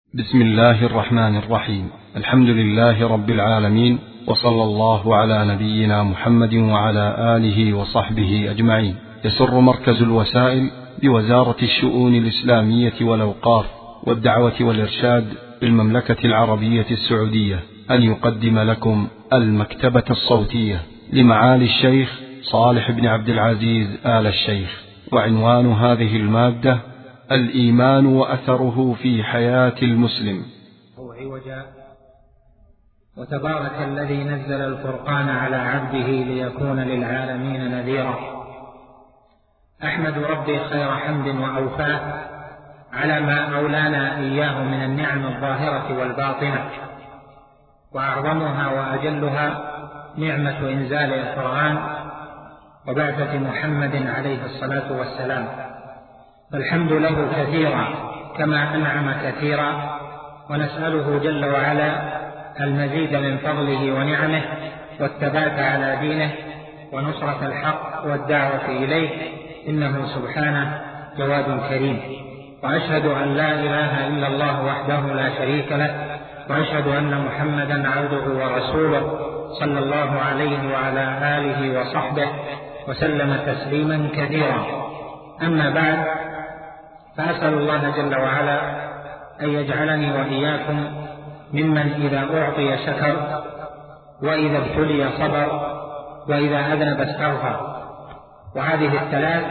بسم الله الرحمن الرحيم. الحمد لله رب العالمين، وصلى الله على نبينا محمد وعلى آله وصحبه أجمعين. يسر مركز الوسائل بوزارة الشؤون الإسلامية والأوقاف والدعوة والإرشاد بالمملكة العربية السعودية أن يقدم لكم المكتبة الصوتية لمعالي الشيخ صالح بن عبد العزيز آل الشيخ. وعنوان هذه المادة: الإيمان وأثره في حياة المسلم. عوجا. وتبارك الذي نزل الفرقان على عبده ليكون للعالمين نذيرا. أحمد ربي خير حمد وأوفاه على ما أولانا إياه من النعم الظاهرة والباطنة، وأعظمها وأجلها نعمة إنزال القرآن وبعثة محمد عليه الصلاة والسلام، فالحمد له كثيرا كما أنعم كثيرا، ونسأله جل وعلا المزيد من فضله ونعمه والثبات على دينه ونصرة الحق والدعوة إليه، إنه سبحانه جواد كريم. وأشهد أن لا إله إلا الله وحده لا شريك له، وأشهد أن محمدا عبده ورسوله صلى الله عليه وعلى آله وصحبه وسلم تسليما كثيرا. أما بعد، فأسأل الله جل وعلا أن يجعلني وإياكم ممن إذا أعطي شكر، وإذا ابتلي صبر، وإذا أذنب استغفر. وهذه الثلاث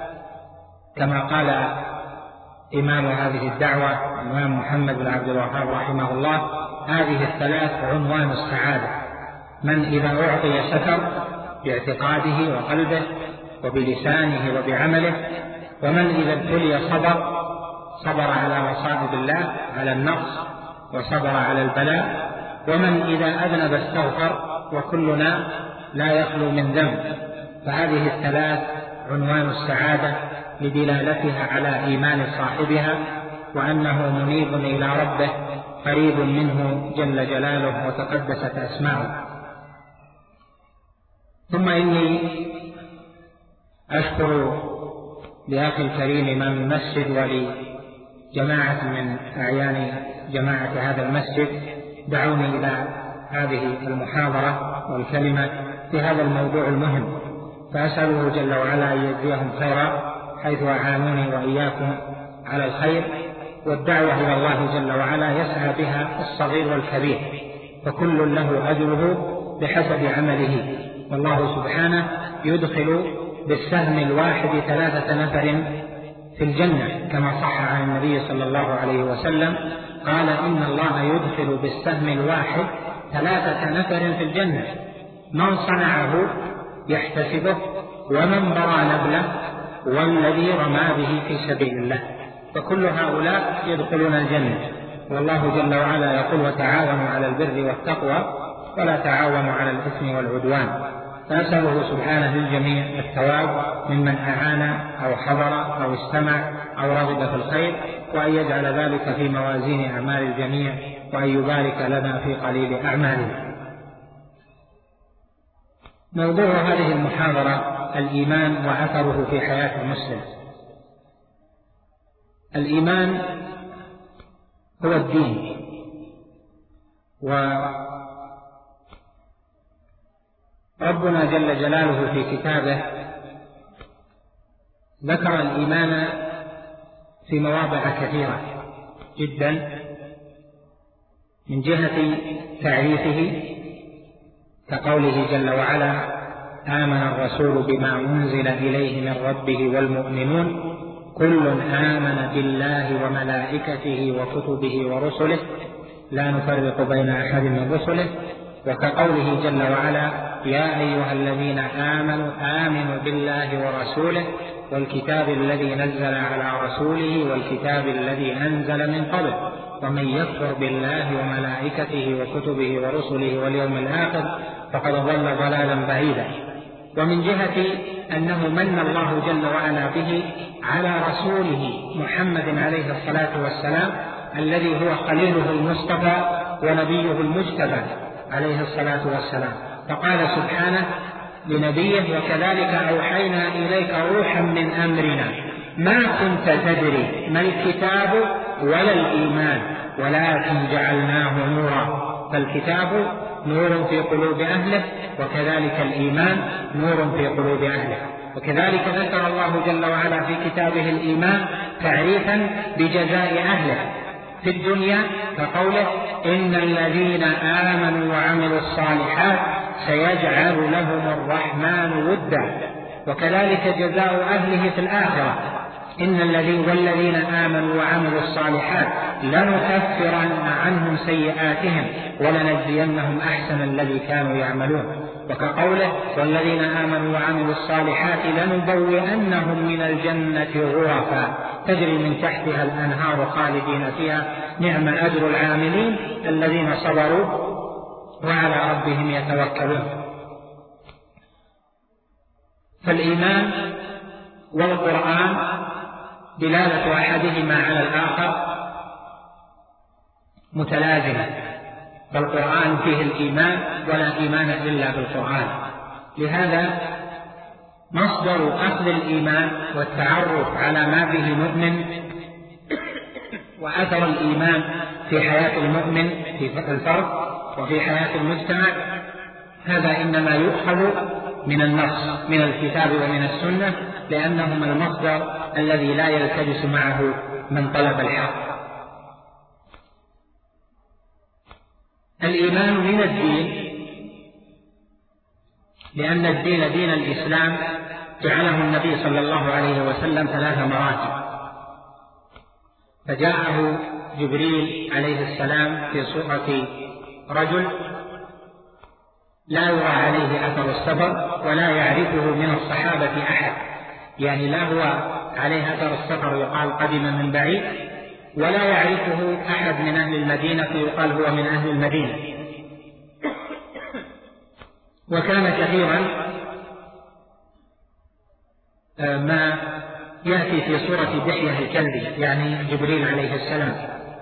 كما قال إمام هذه الدعوة الإمام محمد بن عبد الوهاب رحمه الله: هذه الثلاث عنوان السعادة. من إذا أعطي شكر باعتقاده وقلبه وبلسانه وبعمله، ومن إذا ابتلي صبر على مصائب الله، على النقص، وصبر على البلاء، ومن إذا أذنب استغفر. وكلنا لا يخلو من ذنب. فهذه الثلاث عنوان السعادة لدلالتها على إيمان صاحبها، وأنه منيب إلى ربه قريب منه جل جلاله وتقدست أسماؤه. ثم إني أشكر لأخي الكريم إمام المسجد ولجماعة من أعيان جماعة هذا المسجد دعوني إلى هذه المحاضرة والكلمة في هذا الموضوع المهم، فأسأله جل وعلا أن يجزيهم خيرا حيث أعانوني وإياكم على الخير. والدعوة إلى الله جل وعلا يسعى بها الصغير والكبير، فكل له أجره بحسب عمله. والله سبحانه يدخل بالسهم الواحد 3 نفر في الجنة، كما صح عن النبي صلى الله عليه وسلم قال: إن الله يدخل بالسهم الواحد 3 نفر في الجنة، من صنعه يحتسبه، ومن برى نبله، والذي رمى به في سبيل الله. فكل هؤلاء يدخلون الجنة. والله جل وعلا يقول: وتعاونوا على البر والتقوى ولا تعاونوا على الإثم والعدوان. فأسأله سبحانه للجميع الثواب ممن أعان أو حضر أو استمع أو رغب في الخير، وأن يجعل ذلك في موازين أعمال الجميع، وأن يبارك لنا في قليل أعمالنا. موضوع هذه المحاضرة: الإيمان وأثره في حياة المسلم. الإيمان هو الدين، وربنا جل جلاله في كتابه ذكر الإيمان في مواضع كثيرة جدا، من جهة تعريفه كقوله جل وعلا: آمن الرسول بما أنزل إليه من ربه والمؤمنون كل آمن بالله وملائكته وكتبه ورسله لا نفرق بين أحد من رسله. وكقوله جل وعلا: يا أيها الذين آمنوا آمنوا بالله ورسوله والكتاب الذي نزل على رسوله والكتاب الذي أنزل من قبل ومن يكفر بالله وملائكته وكتبه ورسله واليوم الآخر فقد ضل ضلالا بعيدا. ومن جهة أنه من الله جل وعلا به على رسوله محمد عليه الصلاة والسلام، الذي هو خليله المصطفى ونبيه المجتبى عليه الصلاة والسلام. فقال سبحانه لنبيه: وكذلك أوحينا إليك روحا من أمرنا ما كنت تدري ما الكتاب ولا الإيمان ولكن جعلناه نورا. فالكتاب نور في قلوب أهله، وكذلك الإيمان نور في قلوب أهله. وكذلك ذكر الله جل وعلا في كتابه الإيمان تعريفا بجزاء أهله في الدنيا كقوله: إن الذين آمنوا وعملوا الصالحات سيجعل لهم الرحمن ودا. وكذلك جزاء أهله في الآخرة: إن والذين آمنوا وعملوا الصالحات لنكفرن عنهم سيئاتهم ولنجزينهم أحسن الذي كانوا يعملون. وكقوله: والذين آمنوا وعملوا الصالحات لنبوئنهم من الجنة غرفا تجري من تحتها الأنهار خالدين فيها نعم أجر العاملين الذين صبروا وعلى ربهم يتوكلون. فالإيمان والقرآن دلالة أحدهما على الآخر متلازمة، فالقرآن فيه الإيمان ولا إيمان إلا بالقرآن. لهذا مصدر أخذ الإيمان والتعرف على ما به مؤمن وأثر الإيمان في حياة المؤمن في الفرد وفي حياة المجتمع، هذا إنما يؤخذ من النص من الكتاب ومن السنة، لأنهما المصدر الذي لا يلتبس معه من طلب الحق. الإيمان من الدين، لأن الدين دين الإسلام جعله النبي صلى الله عليه وسلم 3 مراتب. فجاءه جبريل عليه السلام في صورة رجل لا يرى عليه أثر السفر ولا يعرفه من الصحابة أحد، يعني لا هو عليه أثر السفر يقال قدم من بعيد، ولا يعرفه أحد من أهل المدينة يقال هو من أهل المدينة. وكان كثيرا ما يأتي في صورة دحية الكلبي، يعني جبريل عليه السلام.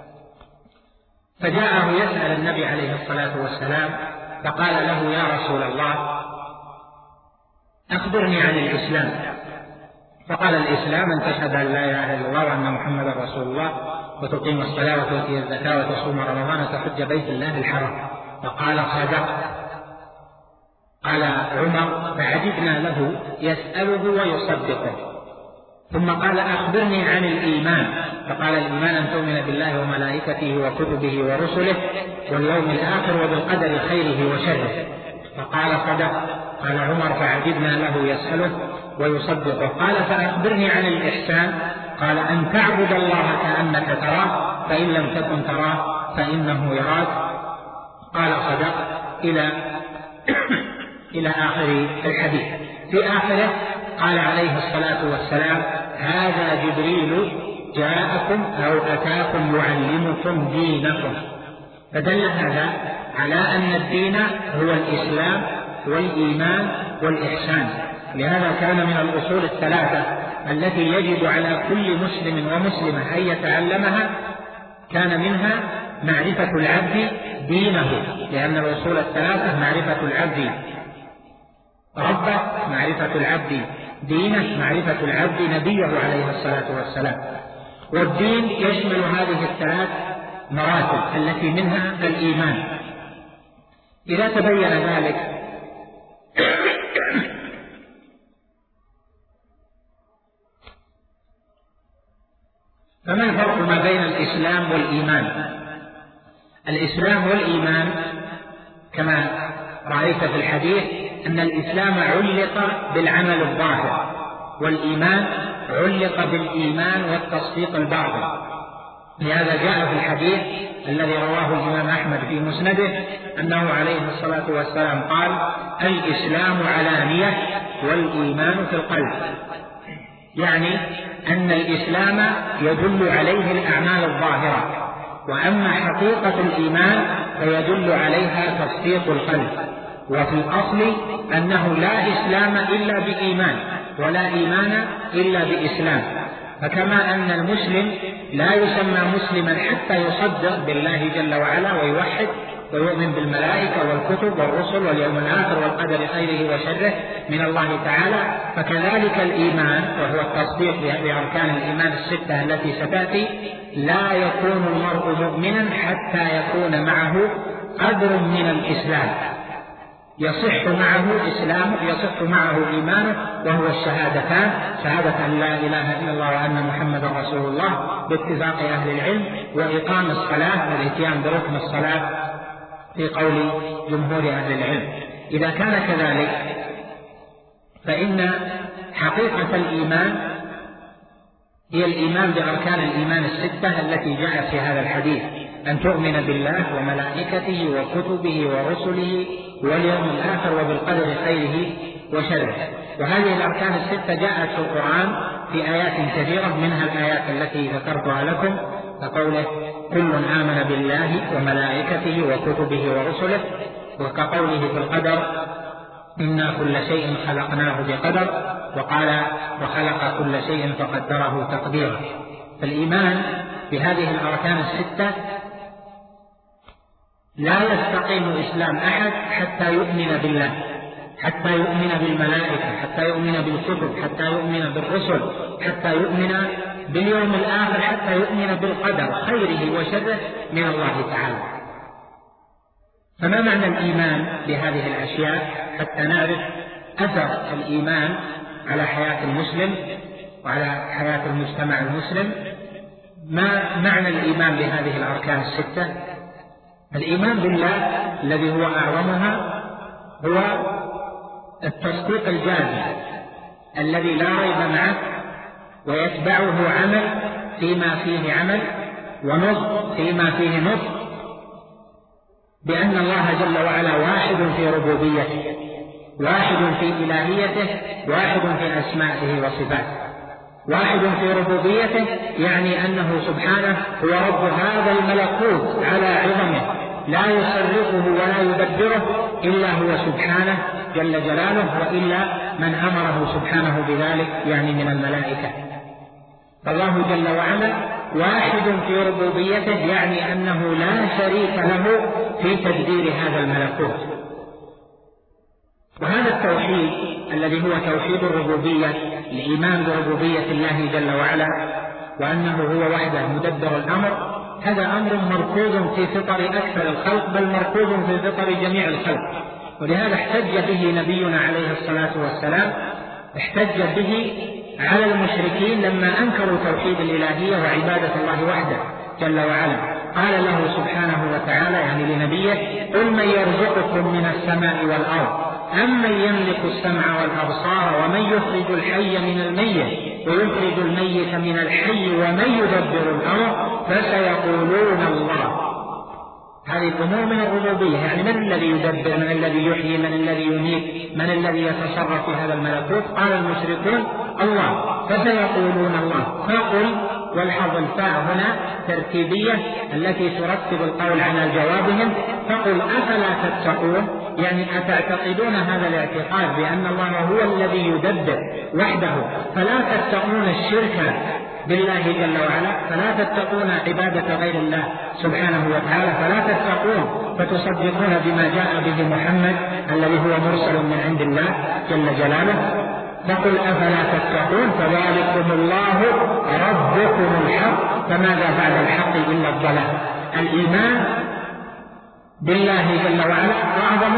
فجاءه يسأل النبي عليه الصلاة والسلام فقال له: يا رسول الله أخبرني عن الإسلام. فقال: الإسلام أن تشهد أن لا إله إلا الله وأن محمدا رسول الله وتقيم الصلاة وتؤتي الزكاة وتصوم رمضان وتحج بيت الله الحرام. فقال: صدقت. قال عمر: فعجبنا له يسأله ويصدقه. ثم قال: أخبرني عن الإيمان. فقال: الإيمان أن تؤمن بالله وملائكته وكتبه ورسله واليوم الآخر وبالقدر خيره وشره. فقال: صدقت. قال عمر: فعجبنا له يسأله ويصدقه. قال: فأخبرني عن الإحسان. قال: أن تعبد الله كأنك تراه فإن لم تكن تراه فإنه يراك. قال: صدقت إلى آخر الحديث. في آخره قال عليه الصلاة والسلام: هذا جبريل جاءكم أو أتاكم يعلمكم دينكم. فدل هذا على أن الدين هو الإسلام والإيمان والإحسان. لهذا كان من الأصول 3 التي يجب على كل مسلم ومسلمة أن يتعلمها، كان منها معرفة العبد دينه، لأن الأصول 3 معرفة العبد ربه، معرفة العبد دينه، معرفة العبد نبيه عليه الصلاة والسلام. والدين يشمل هذه ال3 مراتب التي منها الإيمان. إذا تبين ذلك فما الفرق ما بين الإسلام والإيمان؟ الإسلام والإيمان كما رأيت في الحديث أن الإسلام علق بالعمل الظاهر، والإيمان علق بالإيمان والتصديق الباطن. لهذا جاء في الحديث الذي رواه الإمام أحمد في مسنده أنه عليه الصلاة والسلام قال: الإسلام علانية والإيمان في القلب. يعني أن الإسلام يدل عليه الأعمال الظاهرة، وأما حقيقة الإيمان فيدل عليها تصديق القلب. وفي الأصل أنه لا إسلام إلا بإيمان ولا إيمان إلا بإسلام. فكما أن المسلم لا يسمى مسلما حتى يصدق بالله جل وعلا ويوحد، ويؤمن بالملائكة والكتب والرسل واليوم الآخر والقدر خيره وشره من الله تعالى، فكذلك الإيمان وهو التصديق بأركان الإيمان الستة التي ستأتي، لا يكون المرء مؤمنا حتى يكون معه قدر من الإسلام، يصح معه إسلامه، يصح معه إيمانه، وهو الشهادتان، شهادة أن لا إله إلا الله وأن محمد رسول الله باتفاق أهل العلم، وإقام الصلاة والإتيان بركن الصلاة في قول جمهور أهل العلم. إذا كان كذلك فإن حقيقة الإيمان هي الإيمان بأركان الإيمان الستة التي جاءت في هذا الحديث، أن تؤمن بالله وملائكته وكتبه ورسله واليوم الآخر وبالقدر خيره وشره. وهذه الأركان الستة جاءت في القرآن في آيات كثيرة، منها الآيات التي ذكرتها لكم كقوله كل آمن بالله وملائكته وكتبه ورسله، وكقوله في القدر إنا كل شيء خلقناه بقدر، وقال وخلق كل شيء فقدره تقديرا. فالإيمان بهذه الأركان الستة لا يستقيم إسلام أحد حتى يؤمن بالله، حتى يؤمن بالملائكة، حتى يؤمن بالكتب، حتى يؤمن بالرسل، حتى يؤمن باليوم الآخر، حتى يؤمن بالقدر خيره وشره من الله تعالى. فما معنى الإيمان بهذه الأشياء حتى نعرف أثر الإيمان على حياة المسلم وعلى حياة المجتمع المسلم؟ ما معنى الإيمان بهذه الأركان الستة؟ الإيمان بالله الذي هو أعظمها هو التصديق الجازم الذي لا ريب معه، ويتبعه عمل فيما فيه عمل، ونطق فيما فيه نطق، بأن الله جل وعلا واحد في ربوبيته، واحد في إلهيته، واحد في أسمائه وصفاته. واحد في ربوبيته يعني أنه سبحانه هو رب هذا الملكوت على عظمه، لا يصرفه ولا يدبره إلا هو سبحانه جل جلاله، وإلا من أمره سبحانه بذلك يعني من الملائكة. فالله جل وعلا واحد في ربوبيته يعني أنه لا شريك له في تدبير هذا الملكوت. وهذا التوحيد الذي هو توحيد الربوبية، الإيمان بربوبية الله جل وعلا وأنه هو وحده مدبر الأمر، هذا أمر مركوز في فطر أكثر الخلق، بل مركوز في فطر جميع الخلق. ولهذا احتج به نبينا عليه الصلاة والسلام، احتج به على المشركين لما أنكروا توحيد الإلهية وعبادة الله وحده جل وعلا. قال له سبحانه وتعالى يعني لنبيه قل من يرزقكم من السماء والأرض أمن يملك السمع والأبصار ومن يخرج الحي من الميت ويخرج الميت من الحي ومن يدبر الأمر فسيقولون الله. هذه الأمور من الربوبية، يعني من الذي يدبر، من الذي يحيي، من الذي يميت، من الذي يتصرف في هذا الملكوت؟ قال المشركون الله، فسيقولون الله. فقل، والحظ الفاء هنا ترتيبية التي ترتب القول على جوابهم، فقل أفلا تتقون، يعني أتعتقدون هذا الاعتقاد بأن الله هو الذي يدبر وحده فلا تتقون الشرك بالله جل وعلا، فلا تتقون عبادة غير الله سبحانه وتعالى، فلا تتقون فتصدقون بما جاء به محمد الذي هو مرسل من عند الله جل جلاله. فقل أفلا تتقون فذلكم الله ربكم الحق، فماذا بعد الحق إلا الضلال. الإيمان بالله جل وعلا أعظم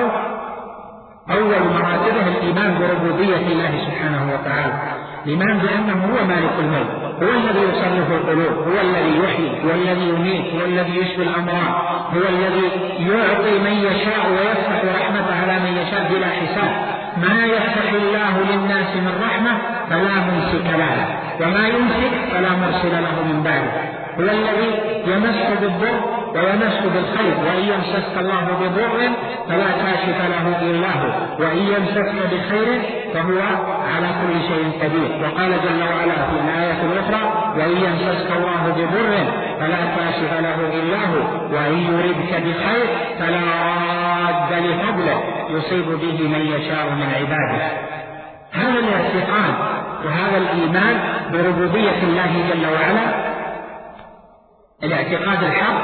أول مراتبه الإيمان بربوبية الله سبحانه وتعالى، الإيمان بأنه هو مالك الملك، هو الذي يصرف القلوب، هو الذي يحيي، هو الذي يميت، هو الذي يشفي الأمراض، هو الذي يعطي من يشاء ويفتح رحمته على من يشاء بلا حساب. ما يفتح الله للناس من رحمة فلا ممسك لها، وما يمسك فلا مرسل له من بعده. هو الذي يمس بالضر ويمس بالخير، وإن يمسك الله بضر فلا كاشف له إلا هو، وإن يمسك بخير فهو على كل شيء قدير. وقال جل وعلا في الآية الأخرى وإن يمسك الله بضر فلا كاشف له إلا هو، وإن يردك بخير فلا راد لفضله يصيب به من يشاء من عباده. هذا الاعتقاد وهذا الإيمان بربوبية الله جل وعلا الاعتقاد الحق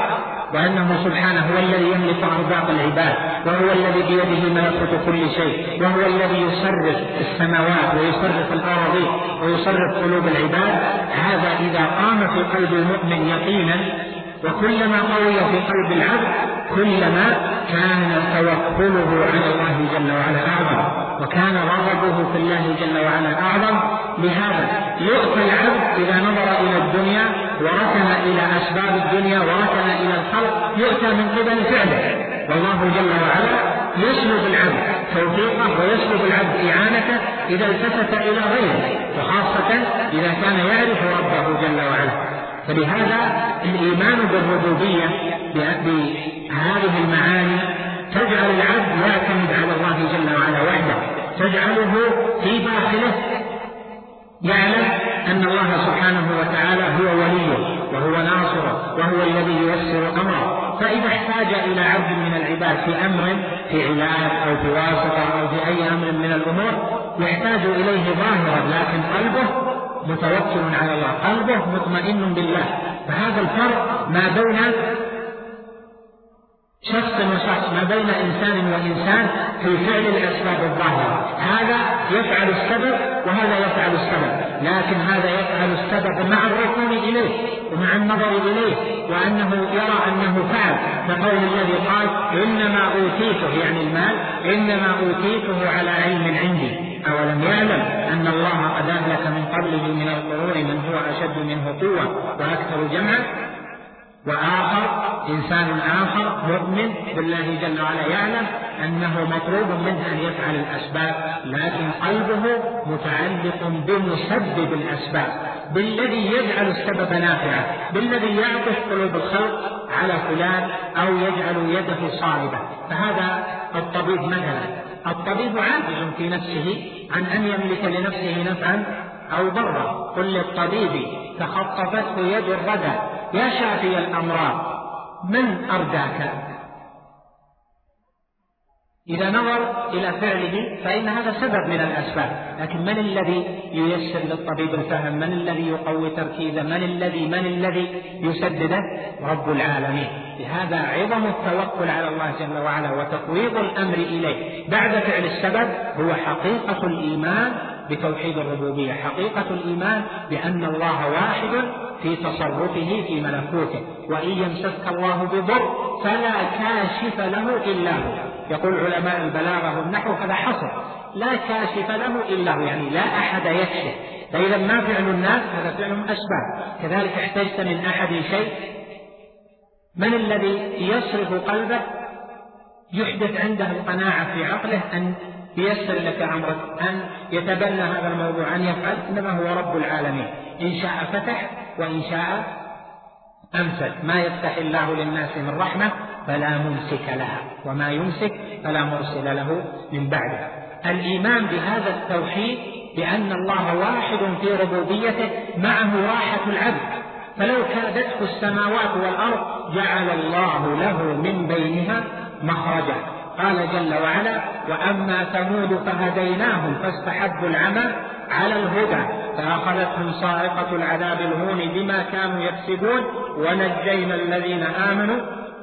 وأنه سبحانه هو الذي يملك أرزاق العباد، وهو الذي بيده ملكوت كل شيء، وهو الذي يصرف السماوات ويصرف الأراضي ويصرف قلوب العباد. هذا إذا قام في قلب المؤمن يقينا، وكلما قوي في قلب العبد كلما كان توكله على الله جل وعلا أعظم، وكان رغبه في الله جل وعلا أعظم. لهذا يؤتى العبد إذا نظر إلى الدنيا وركن إلى أسباب الدنيا وركن إلى الخلق يؤتى من قبل فعله، والله جل وعلا يسلب العبد توفيقه ويسلب العبد إعانته إذا التفت إلى غيره، وخاصة إذا كان يعرف ربه جل وعلا. فلهذا الإيمان بالربوبية بهذه المعاني تجعل العبد يعتمد على الله جل وعلا وحده، تجعله في داخله يعلم أن الله سبحانه وتعالى هو وليه وهو ناصره وهو الذي ييسر أمره. فإذا احتاج إلى عبد من العباد في أمر، في علاج أو في واسطة أو في أي أمر من الأمور يحتاج إليه ظاهرا، لكن قلبه متوكل على الله، قلبه مطمئن بالله. فهذا الفرق ما بين شخص وشخص، ما بين إنسان وإنسان في فعل الأسباب الظاهرة. هذا يفعل السبب وهذا يفعل السبب، لكن هذا يفعل السبب مع الركون إليه ومع النظر إليه، وأنه يرى أنه فعل، كقول الذي قال إنما أوتيته، يعني المال، إنما أوتيته على علم عندي، أولم يعلم أن الله قد أهلك من قبله من القرون من هو أشد منه قوة وأكثر جمعا. وآخر إنسان آخر مؤمن بالله جل وعلا يعلم أنه مطلوب منه أن يفعل الأسباب، لكن قلبه متعلق بمسبب الأسباب، بالذي يجعل السبب نافعا، بالذي يعطف قلوب الخلق على فلان أو يجعل يده صائبة. فهذا الطبيب مثلا، الطبيب عاجز في نفسه عن أن يملك لنفسه نفعا أو ضرا. قل للطبيب تخطفته يد الردى يا شافي الأمراض من أرداك. إذا نظر إلى فعله فإن هذا سبب من الأسباب، لكن من الذي ييسر للطبيب الفهم؟ من الذي يقوي تركيزه؟ من الذي يسدده؟ رب العالمين. لهذا عظم التوكل على الله جل وعلا وتفويض الأمر إليه بعد فعل السبب هو حقيقة الإيمان بتوحيد الربوبية، حقيقة الإيمان بأن الله واحد في تصرفه في ملكوته، وإن يمسسك الله بضر فلا كاشف له إلا هو. يقول علماء البلاغة والنحو هذا حصر، لا كاشف له إلا هو، يعني لا أحد يكشف. فإذا ما فعل الناس هذا فعلهم أسباب. كذلك احتجت من أحد شيء، من الذي يصرف قلبه يحدث عنده القناعة في عقله أن ييسر لك أمرك، أن يتبنى هذا الموضوع، أن يفعل؟ إنما هو رب العالمين، إن شاء فتح وإن شاء أمسك. ما يفتح الله للناس من رحمة فلا ممسك لها، وما يمسك فلا مرسل له من بعده. الإيمان بهذا التوحيد بأن الله واحد في ربوبيته معه راحة العبد، فلو كادته السماوات والأرض جعل الله له من بينها مخرجا. قال جل وعلا وأما ثمود فهديناهم فاستحبوا العمى على الهدى فأخذتهم صاعقة العذاب الهون بما كانوا يكسبون ونجينا الذين آمنوا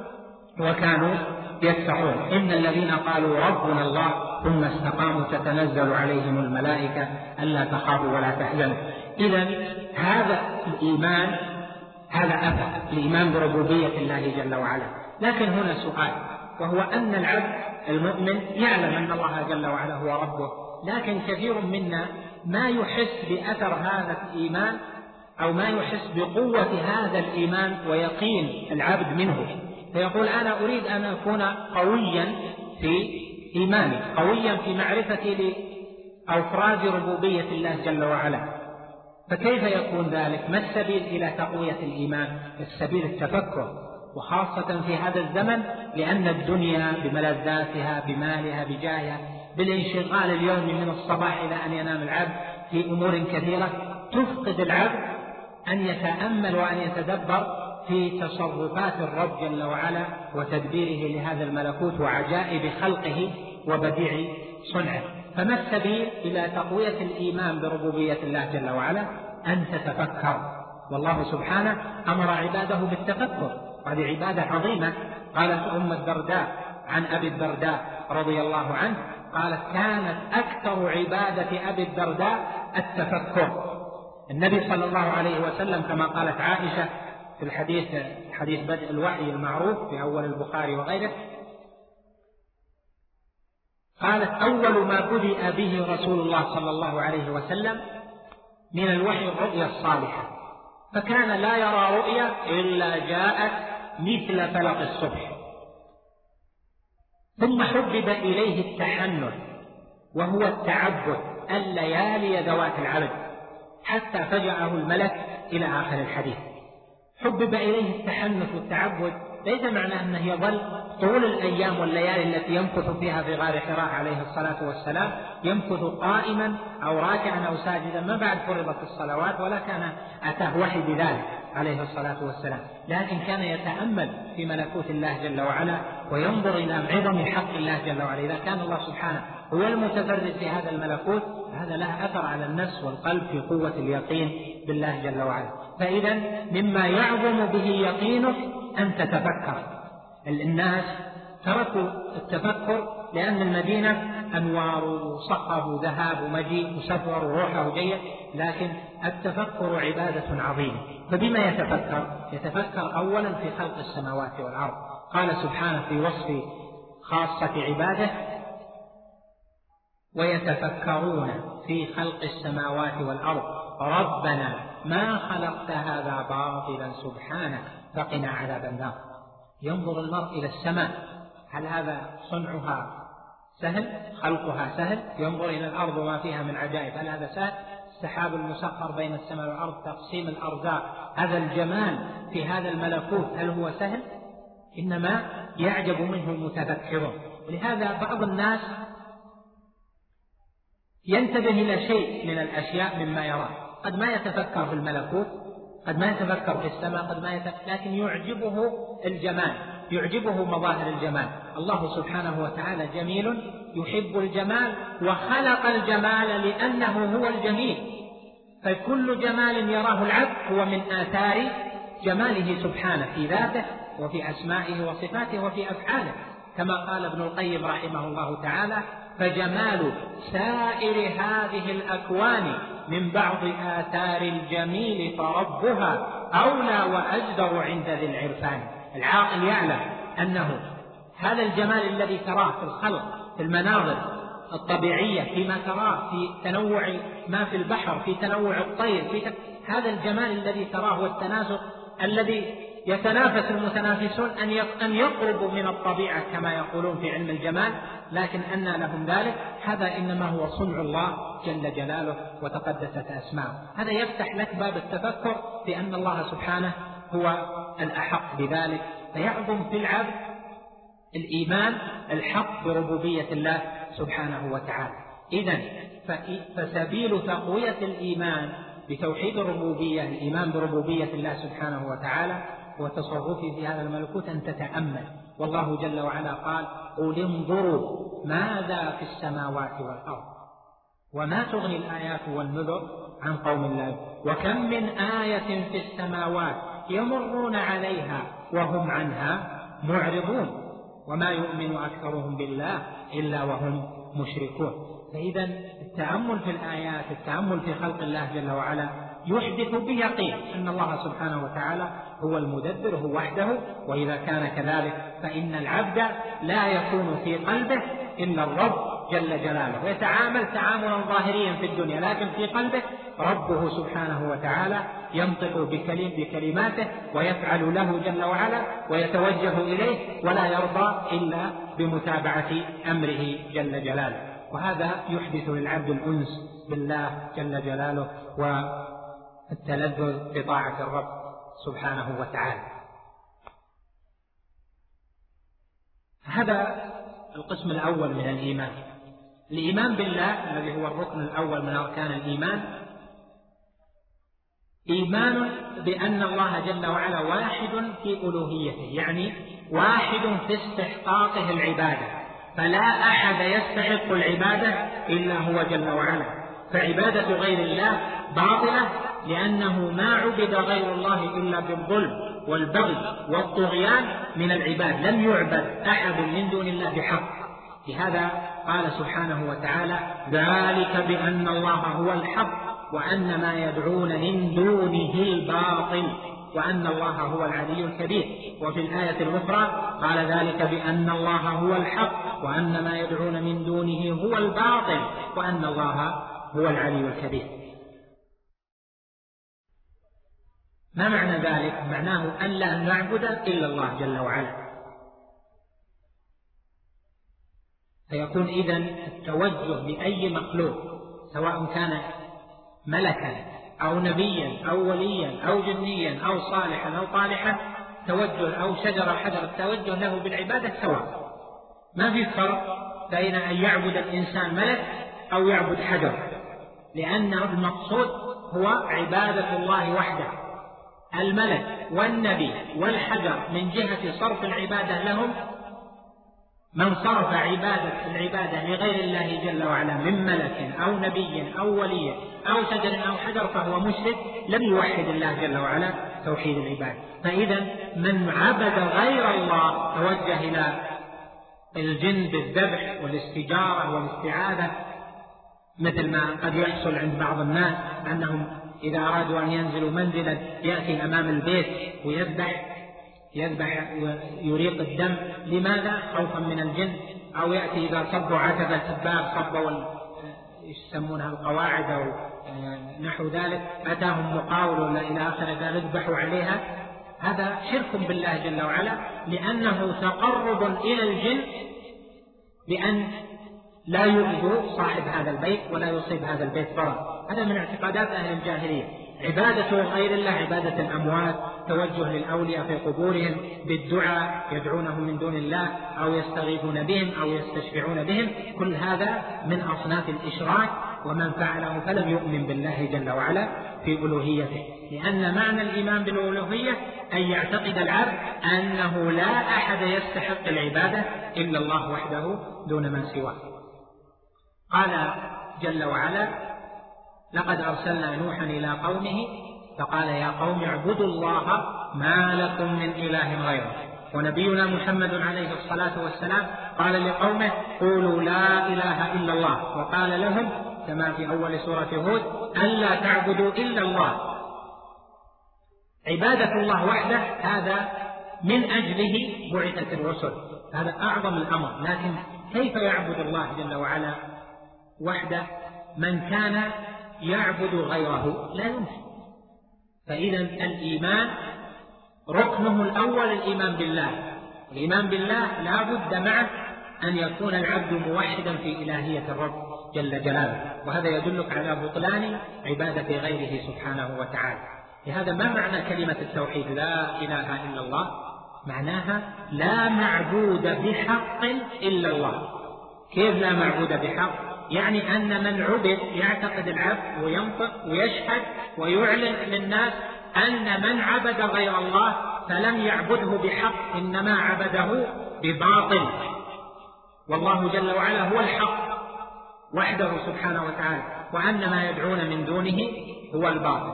وكانوا يتقون. إن الذين قالوا ربنا الله ثم استقاموا تتنزل عليهم الملائكة ألا تخافوا ولا تحزنوا. إذن هذا الإيمان هذا أثر الإيمان بربوبية الله جل وعلا. لكن هنا سؤال، وهو أن العبد المؤمن يعلم أن الله جل وعلا هو ربه، لكن كثير منا ما يحس بأثر هذا الإيمان أو ما يحس بقوة هذا الإيمان ويقين العبد منه، فيقول أنا أريد أن أكون قويا في إيماني، قويا في معرفتي لأفراد ربوبية الله جل وعلا. فكيف يكون ذلك؟ ما السبيل إلى تقوية الإيمان؟ السبيل التفكر، وخاصة في هذا الزمن، لأن الدنيا بملذاتها بمالها بجاهها بالانشغال اليومي من الصباح إلى أن ينام العبد في أمور كثيرة تفقد العبد أن يتأمل وأن يتدبر في تصرفات الرب جل وعلا وتدبيره لهذا الملكوت وعجائب خلقه وبديع صنعه. فما السبيل إلى تقوية الإيمان بربوبية الله جل وعلا؟ أن تتفكر، والله سبحانه أمر عباده بالتفكر، هذه عبادة عظيمة. قالت أم الدرداء عن أبي الدرداء رضي الله عنه قالت كانت أكثر عبادة أبي الدرداء التفكر. النبي صلى الله عليه وسلم كما قالت عائشة في حديث بدء الوحي المعروف في أول البخاري وغيره، قالت أول ما بدأ به رسول الله صلى الله عليه وسلم من الوحي الرؤيا الصالحة، فكان لا يرى رؤيا إلا جاءت مثل فلق الصبح. ثم حبب إليه التحنن وهو التعبد الليالي ذوات العبد حتى فجأه الملك إلى آخر الحديث. حبب إليه التحنث والتعبد ليس معناه أنه يظل طول الأيام والليالي التي يمكث فيها في غار حراء عليه الصلاة والسلام يمكث قائما أو راكعا أو ساجدا ما بعد فرضت الصلوات، ولا كان أتاه وحي بذلك عليه الصلاة والسلام، لكن كان يتأمل في ملكوت الله جل وعلا وينظر إلى عظم حق الله جل وعلا. إذا كان الله سبحانه هو المتفرد في هذا الملكوت هذا له أثر على النفس والقلب في قوة اليقين بالله جل وعلا. فإذا مما يعظم به يقينك أن تتفكر. الناس تركوا التفكر لأن المدينة أنوار وصخب وذهاب ومجيء وسفر وروحه جيد، لكن التفكر عبادة عظيمة. فبما يتفكر؟ يتفكر أولا في خلق السماوات والأرض. قال سبحانه في وصف خاصة عباده ويتفكرون في خلق السماوات والأرض ربنا ما خلقت هذا باطلا سبحانك فقنا عذاب النار. ينظر المرء إلى السماء، هل هذا صنعها سهل؟ خلقها سهل؟ ينظر إلى الأرض وما فيها من عجائب، هل هذا سهل؟ السحاب المسخر بين السماء والأرض، تقسيم الأرزاق، هذا الجمال في هذا الملكوت هل هو سهل؟ إنما يعجب منه المتفكرون. ولهذا بعض الناس ينتبه إلى شيء من الأشياء مما يراه، قد ما يتفكر في الملكوت، قد ما يتفكر في السماء، قد ما يتفكر، لكن يعجبه الجمال، يعجبه مظاهر الجمال. الله سبحانه وتعالى جميل يحب الجمال وخلق الجمال لأنه هو الجميل، فكل جمال يراه العبد هو من آثار جماله سبحانه في ذاته وفي أسمائه وصفاته وفي أفعاله، كما قال ابن القيم رحمه الله تعالى فجمال سائر هذه الأكوان من بعض آثار الجميل فربها أولى وأجدر عند ذي العرفان. العاقل يعلم أنه هذا الجمال الذي تراه في الخلق في المناظر الطبيعية، فيما تراه في تنوع ما في البحر، في تنوع الطير، هذا الجمال الذي تراه والتناسق الذي يتنافس المتنافسون أن يقربوا من الطبيعة كما يقولون في علم الجمال، لكن أن لهم ذلك، هذا إنما هو صنع الله جل جلاله وتقدست أسماؤه. هذا يفتح لك باب التفكر في أن الله سبحانه هو الأحق بذلك، فيعظم في العبد الإيمان الحق بربوبية الله سبحانه وتعالى. إذن فسبيل تقوية الإيمان بتوحيد الربوبية، الإيمان بربوبية الله سبحانه وتعالى وتصرفه في هذا الملكوت أن تتأمل. والله جل وعلا قال قل انظروا ماذا في السماوات والأرض وما تغني الآيات والنذر عن قوم لا يؤمنون وكم من آية في السماوات يمرون عليها وهم عنها معرضون وما يؤمن أكثرهم بالله إلا وهم مشركون. فإذا التأمل في الآيات، التأمل في خلق الله جل وعلا يحدث بيقين أن الله سبحانه وتعالى هو المدبر هو وحده. وإذا كان كذلك فإن العبد لا يكون في قلبه إلا الرب جل جلاله، ويتعامل تعاملا ظاهريا في الدنيا، لكن في قلبه ربه سبحانه وتعالى ينطق بكلماته ويفعل له جل وعلا ويتوجه إليه ولا يرضى إلا بمتابعة أمره جل جلاله. وهذا يحدث للعبد الأنس بالله جل جلاله والتلذذ بطاعة الرب سبحانه وتعالى. هذا القسم الأول من الإيمان. الإيمان بالله الذي هو الركن الأول من أركان الإيمان، إيمان بأن الله جل وعلا واحد في ألوهيته، يعني واحد في استحقاقه العبادة، فلا أحد يستحق العبادة إلا هو جل وعلا، فعبادة غير الله باطلة لأنه ما عبد غير الله إلا بالظلم والبغي والطغيان من العباد، لم يعبد أحد من دون الله بحق. لهذا قال سبحانه وتعالى: ذلك بأن الله هو الحق وأن ما يدعون من دونه الباطل وأن الله هو العلي الكبير. وفي الآية الأخرى قال: ذلك بأن الله هو الحق وأن ما يدعون من دونه هو الباطل وأن الله هو العلي الكبير. ما معنى ذلك؟ معناه أن لا نعبد إلا الله جل وعلا. فيكون إذن التوجه لأي مخلوق سواء كان ملكا أو نبيا أو وليا أو جنيا أو صالحا أو طالحا، توجه أو شجرة حجر، التوجه له بالعبادة سواء. ما في فرق بين أن يعبد الإنسان ملك أو يعبد حجر، لأن المقصود هو عبادة الله وحده. الملك والنبي والحجر من جهة صرف العبادة لهم، من صرف العبادة لغير الله جل وعلا من ملك أو نبي أو ولي أو شجر أو حجر فهو مشرك، لم يوحد الله جل وعلا توحيد العبادة. فإذا من عبد غير الله توجه إلى الجن بالذبح والاستجارة والاستعاذة، مثل ما قد يحصل عند بعض الناس أنهم إذا أرادوا أن ينزلوا منزلا يأتي أمام البيت ويذبح ويريق الدم. لماذا؟ خوفا من الجن. أو يأتي إذا صبوا عتبة الباب صبوا يسمونها القواعد أو نحو ذلك، أتاهم مقاول ولا إلى آخر ذلك يذبحوا عليها. هذا شرك بالله جل وعلا، لأنه تقرب إلى الجن بأن لا يؤذوا صاحب هذا البيت ولا يصيب هذا البيت ضرر. هذا من اعتقادات أهل الجاهلية. عبادة غير الله عبادة الأموات، توجه للأولياء في قبورهم بالدعاء، يدعونهم من دون الله أو يستغيثون بهم أو يستشفعون بهم، كل هذا من أصناف الإشراك، ومن فعله فلم يؤمن بالله جل وعلا في ألوهيته. لأن معنى الإيمان بالألوهية أن يعتقد العبد أنه لا أحد يستحق العبادة إلا الله وحده دون من سواه. قال جل وعلا: لقد أرسلنا نوحا إلى قومه فقال يا قوم اعبدوا الله ما لكم من إله غيره. ونبينا محمد عليه الصلاة والسلام قال لقومه قولوا لا إله إلا الله، وقال لهم كما في أول سورة هود ألا تعبدوا إلا الله. عبادة الله وحده هذا من أجله بعثت الرسل، هذا أعظم الأمر. لكن كيف يعبد الله جل وعلا وحده من كان يعبد غيره؟ لا يمكن. فإذا الإيمان ركنه الأول الإيمان بالله. الإيمان بالله لا بد معه أن يكون العبد موحدا في إلهية الرب جل جلاله، وهذا يدلك على بطلان عبادة غيره سبحانه وتعالى. لهذا ما معنى كلمة التوحيد لا إله إلا الله؟ معناها لا معبود بحق إلا الله. كيف لا معبود بحق؟ يعني أن من عبد يعتقد العبد وينطق ويشهد ويعلن للناس أن من عبد غير الله فلم يعبده بحق، إنما عبده بباطل، والله جل وعلا هو الحق وحده سبحانه وتعالى، وأن ما يدعون من دونه هو الباطل.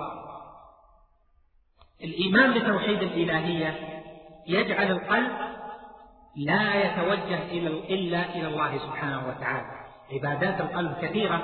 الإيمان بتوحيد الإلهية يجعل القلب لا يتوجه إلا إلى الله سبحانه وتعالى. عبادات القلب كثيرة: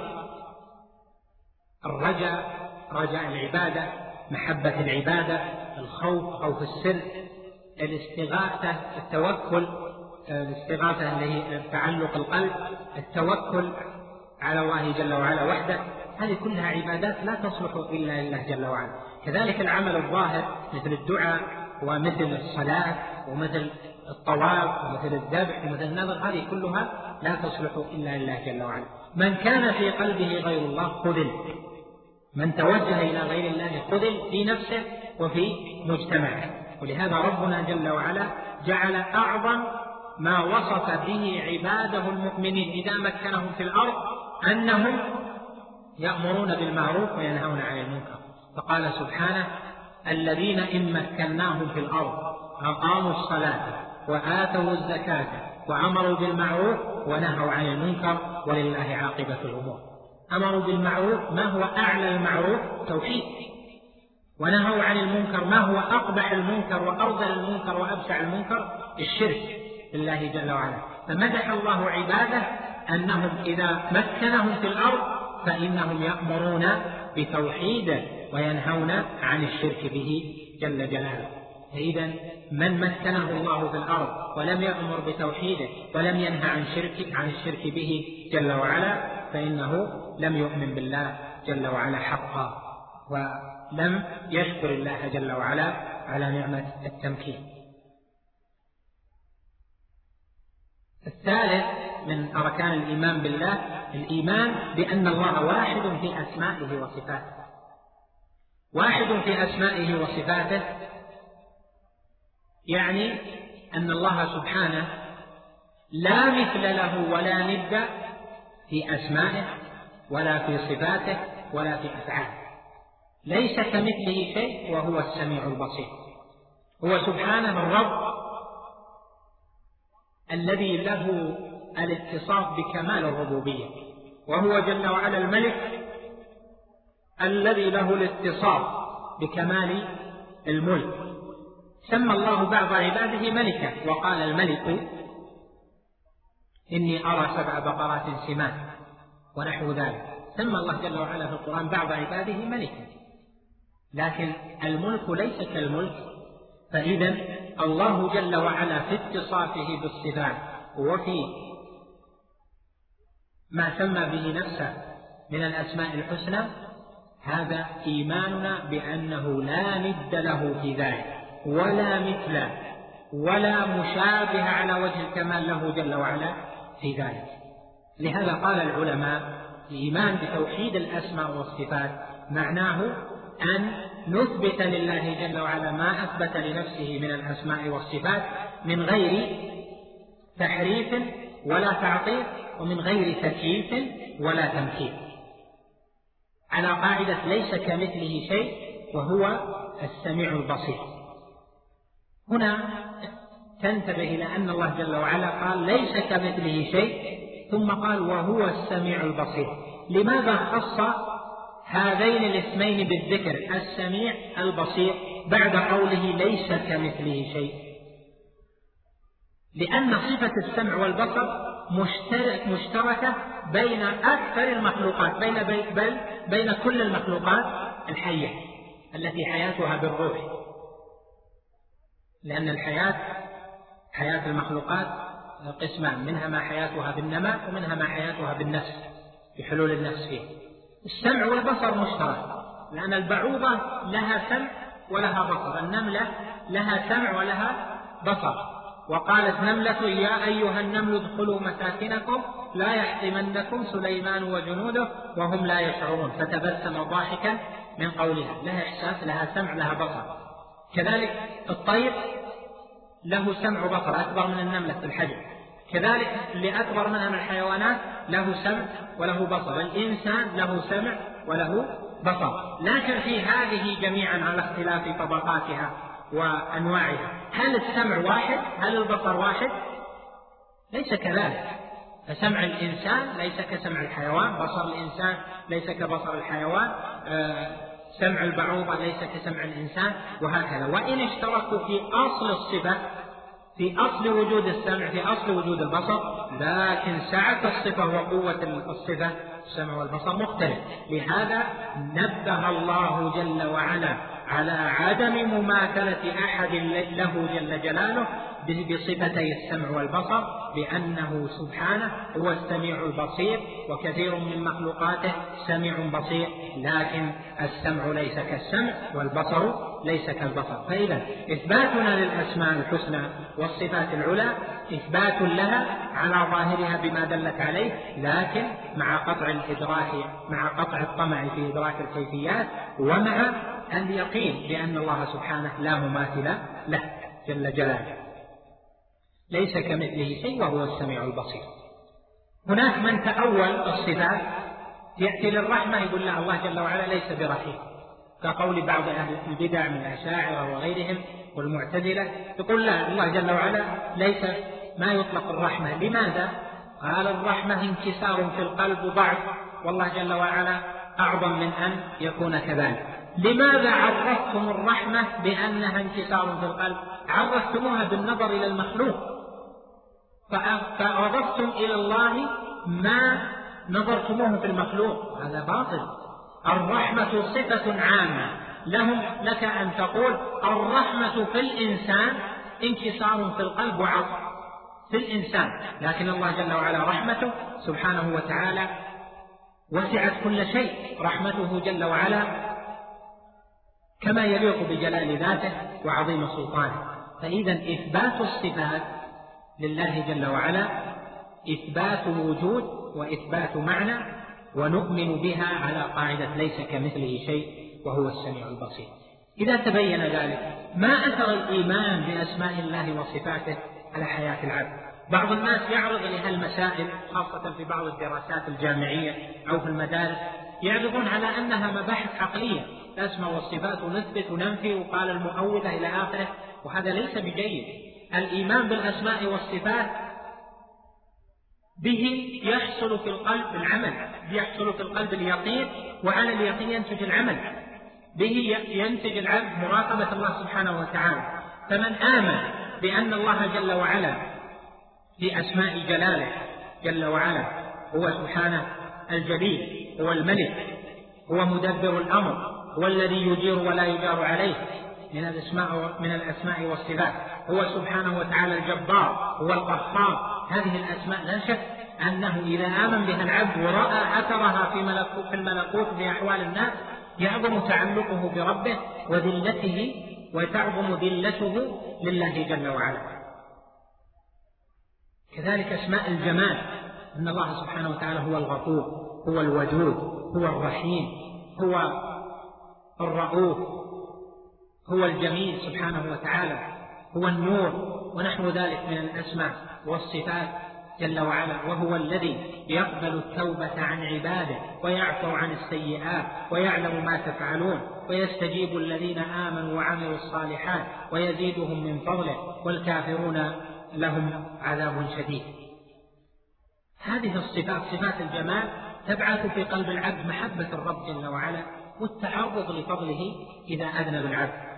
الرجاء، رجاء العبادة، محبة العبادة، الخوف، خوف السر، الاستغاثة، التوكل، الاستغاثة اللي هي تعلق القلب، التوكل على الله جل وعلا وحده. هذه كلها عبادات لا تصلح إلا لله جل وعلا. كذلك العمل الظاهر مثل الدعاء ومثل الصلاة ومثل الطواف ومثل الذبح ومثل النذر، هذه كلها لا تصلح إلا لله جل وعلا. من كان في قلبه غير الله خذل، من توجه إلى غير الله خذل في نفسه وفي مجتمعه. ولهذا ربنا جل وعلا جعل أعظم ما وصف به عباده المؤمنين إذا مكنهم في الأرض أنهم يأمرون بالمعروف وينهون عن المنكر، فقال سبحانه: الذين إن مكناهم في الأرض أقاموا الصلاة وآتوا الزكاة وأمروا بالمعروف ونهوا عن المنكر ولله عاقبة الأمور. أمروا بالمعروف، ما هو أعلى المعروف؟ توحيد، ونهوا عن المنكر. ما هو أقبح المنكر وأرذل المنكر وأبشع المنكر؟ الشرك بالله جل وعلا. فمدح الله عباده أنهم إذا مكنهم في الأرض فإنهم يأمرون بتوحيده وينهون عن الشرك به جل جلاله. فإذا من مكنه الله في الأرض ولم يأمر بتوحيده ولم ينهى عن الشرك به جل وعلا فإنه لم يؤمن بالله جل وعلا حقا، ولم يشكر الله جل وعلا على نعمة التمكين. الثالث من أركان الإيمان بالله الإيمان بأن الله واحد في أسمائه وصفاته. واحد في أسمائه وصفاته يعني أن الله سبحانه لا مثل له ولا ند في أسمائه ولا في صفاته ولا في أفعاله. ليس كمثله شيء وهو السميع البصير. هو سبحانه الرب الذي له الاتصاف بكمال الربوبية، وهو جل وعلا الملك الذي له الاتصاف بكمال الملك. سمى الله بعض عباده ملكا وقال الملك إني أرى 7 بقرات سمان ونحو ذلك. سمى الله جل وعلا في القرآن بعض عباده ملكا، لكن الملك ليس كالملك. فإذا الله جل وعلا في اتصافه بالصفات وفي ما سمى به نفسه من الأسماء الحسنى هذا إيماننا بأنه لا ند له في ذلك ولا مثل ولا مشابه على وجه الكمال له جل وعلا في ذلك. لهذا قال العلماء الإيمان بتوحيد الأسماء والصفات معناه أن نثبت لله جل وعلا ما أثبت لنفسه من الأسماء والصفات من غير تحريف ولا تعطيل ومن غير تكييف ولا تمثيل، على قاعدة ليس كمثله شيء وهو السميع البصير. هنا تنتبه إلى أن الله جل وعلا قال ليس كمثله شيء ثم قال وهو السميع البصير. لماذا خص هذين الاسمين بالذكر السميع البصير بعد قوله ليس كمثله شيء؟ لأن صفة السمع والبصر مشتركة بين أكثر المخلوقات، بين كل المخلوقات الحية التي حياتها بالروح، لأن حياة المخلوقات قسمان، منها ما حياتها بالنماء ومنها ما حياتها بالنفس بحلول النفس فيه. السمع والبصر مشترك، لأن البعوضة لها سمع ولها بصر، النملة لها سمع ولها بصر. وقالت نملة يا أيها النمل ادخلوا مساكنكم لا يحطمنكم سليمان وجنوده وهم لا يشعرون، فتبسم ضاحكا من قولها. لها إحساس، لها سمع، لها بصر. كذلك الطير له سمع وبصر أكبر من النملة في الحجم، كذلك اللي أكبر منها من الحيوانات له سمع وله بصر. الإنسان له سمع وله بصر، لكن في هذه جميعا على اختلاف طبقاتها وأنواعها. هل السمع واحد؟ هل البصر واحد؟ ليس كذلك. فسمع الإنسان ليس كسمع الحيوان، بصر الإنسان ليس كبصر الحيوان، سمع البعوضة ليس كسمع الإنسان، وهكذا. وإن اشتركوا في أصل الصفة، في أصل وجود السمع، في أصل وجود البصر، لكن سعة الصفة وقوة الصفة السمع والبصر مختلف. لهذا نبه الله جل وعلا على عدم مماثلة أحد له جل جلاله بصفتي السمع والبصر، بأنه سبحانه هو السميع البصير، وكثير من مخلوقاته سميع بصير، لكن السمع ليس كالسمع والبصر ليس كالبصر. فإذا إثباتنا للأسماء الحسنى والصفات العلى إثبات لها على ظاهرها بما دلت عليه، لكن مع قطع الإدراك، مع قطع الطمع في إدراك الكيفيات، ومع اليقين بأن الله سبحانه لا مماثل له جل جلاله، ليس كمثله شيء وهو السميع البصير. هناك من تأول الصفات، يأتي للرحمة يقول لا الله جل وعلا ليس برحيم، كقول بعض أهل البدع من الأشاعرة وغيرهم والمعتزلة، يقول لا الله جل وعلا ليس ما يطلق الرحمة. لماذا؟ قال الرحمة انكسار في القلب وضعف، والله جل وعلا أعظم من أن يكون كذلك. لماذا عرفتم الرحمة بأنها انكسار في القلب؟ عرفتموها بالنظر إلى المخلوق، فأضفتم إلى الله ما نظرتموه في المخلوق، هذا باطل. الرحمة صفة عامة، لك أن تقول الرحمة في الإنسان انكسار في القلب وعطف في الإنسان، لكن الله جل وعلا رحمته سبحانه وتعالى وسعت كل شيء، رحمته جل وعلا كما يليق بجلال ذاته وعظيم سلطانه. فإذا إثبات الصفات لله جل وعلا إثبات وجود وإثبات معنى، ونؤمن بها على قاعدة ليس كمثله شيء وهو السميع البصير. إذا تبين ذلك، ما أثر الإيمان بأسماء الله وصفاته على حياة العبد؟ بعض الناس يعرض لهالمسائل خاصة في بعض الدراسات الجامعية أو في المدارس، يعرضون على أنها مباحث عقلية، الأسماء والصفات ونثبت وننفي وقال المؤولة إلى آخره، وهذا ليس بجيد. الإيمان بالأسماء والصفات به يحصل في القلب العمل، يحصل في القلب اليقين، وعلى اليقين ينتج العمل، به ينتج العبد مراقبة الله سبحانه وتعالى. فمن آمن بأن الله جل وعلا في أسماء جلاله جل وعلا هو سبحانه الجليل، هو الملك، هو مدبر الأمر، هو الذي يجير ولا يجار عليه من الأسماء والصفات، هو سبحانه وتعالى الجبار، هو القهار، هذه الأسماء لا شك أنه إذا آمن بها العبد ورأى أثرها في الملكوت في أحوال الناس يعظم تعلقه بربه وذلته، وتعظم ذلته لله جل وعلا. كذلك أسماء الجمال، أن الله سبحانه وتعالى هو الغفور، هو الودود، هو الرحيم، هو الرؤوف، هو الجميل سبحانه وتعالى، هو النور، ونحو ذلك من الأسماء والصفات جل وعلا. وهو الذي يقبل التوبة عن عباده ويعفو عن السيئات ويعلم ما تفعلون ويستجيب الذين آمنوا وعملوا الصالحات ويزيدهم من فضله والكافرون لهم عذاب شديد. هذه الصفات، صفات الجمال، تبعث في قلب العبد محبة الرب جل وعلا والتعرض لفضله إذا أذنب العبد.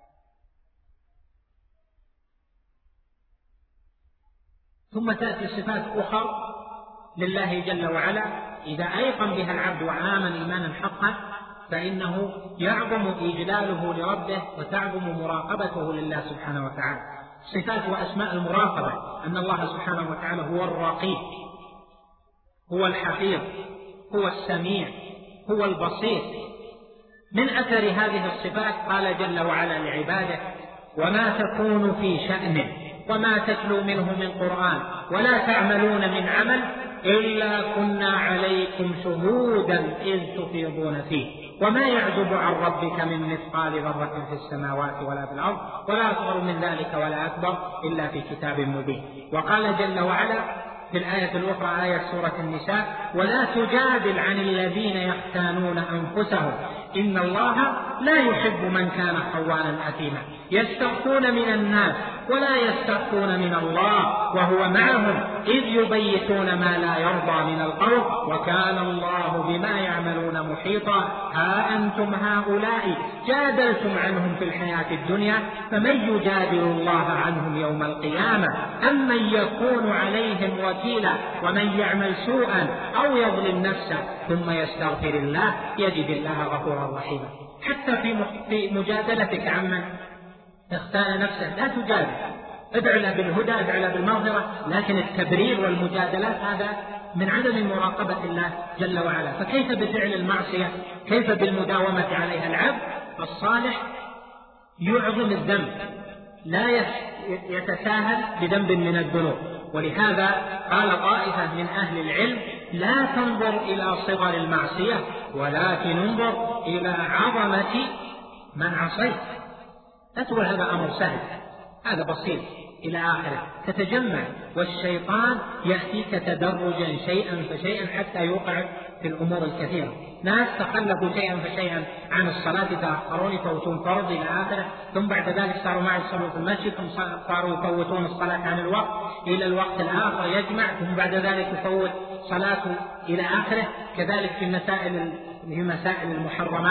ثم تأتي صفات أخرى لله جل وعلا إذا أيقن بها العبد وآمن إيمانا حقا، فإنه يعظم إجلاله لربه وتعظم مراقبته لله سبحانه وتعالى. صفات وأسماء المراقبة، أن الله سبحانه وتعالى هو الرقيب، هو الحفيظ، هو السميع، هو البصير. من أثر هذه الصفات قال جل وعلا لعباده: وما تكون في شأن وما تتلو منه من قرآن ولا تعملون من عمل إلا كنا عليكم شهودا إذ تفيضون فيه وما يعزب عن ربك من مثقال ذرة في السماوات ولا في الأرض ولا أصغر من ذلك ولا أكبر إلا في كتاب مبين. وقال جل وعلا في الآية الأخرى، آية سورة النساء: ولا تجادل عن الذين يختانون أنفسهم إن الله لا يحب من كان خوانا أثيما يستخفون من الناس ولا يستخفون من الله وهو معهم إذ يبيتون ما لا يرضى من القول وكان الله بما يعملون محيطا. ها أنتم هؤلاء جادلتم عنهم في الحياة الدنيا فمن يجادل الله عنهم يوم القيامة أم من يكون عليهم وكيلا ومن يعمل سوءا أو يظلم نفسه ثم يستغفر الله يجد الله غفورا رحيما. حتى في مجادلتك عمن اختان نفسه لا تجادل، ادع له بالهدى، ادع له بالمغفرة، لكن التبرير والمجادلات هذا من عدم مراقبة الله جل وعلا. فكيف بفعل المعصية؟ كيف بالمداومة عليها؟ العبد الصالح يعظم الذنب، لا يتساهل بذنب من الذنوب. ولهذا قال طائفة من أهل العلم: لا تنظر إلى صغر المعصية ولكن انظر إلى عظمة من عصيت. لا تقول هذا أمر سهل، هذا بسيط إلى آخره، تتجمع، والشيطان يأتيك تدرجا شيئا فشيئا حتى يوقع في الأمور الكثيرة. ناس تخلفوا شيئا فشيئا عن الصلاة، تأخرون يفوتون فرض إلى آخره، ثم بعد ذلك صاروا معي يصلوا في المسجد، ثم صاروا يفوتون الصلاة عن الوقت إلى الوقت الآخر يجمع، ثم بعد ذلك يفوت صلاته إلى آخره. كذلك في مسائل المحرمات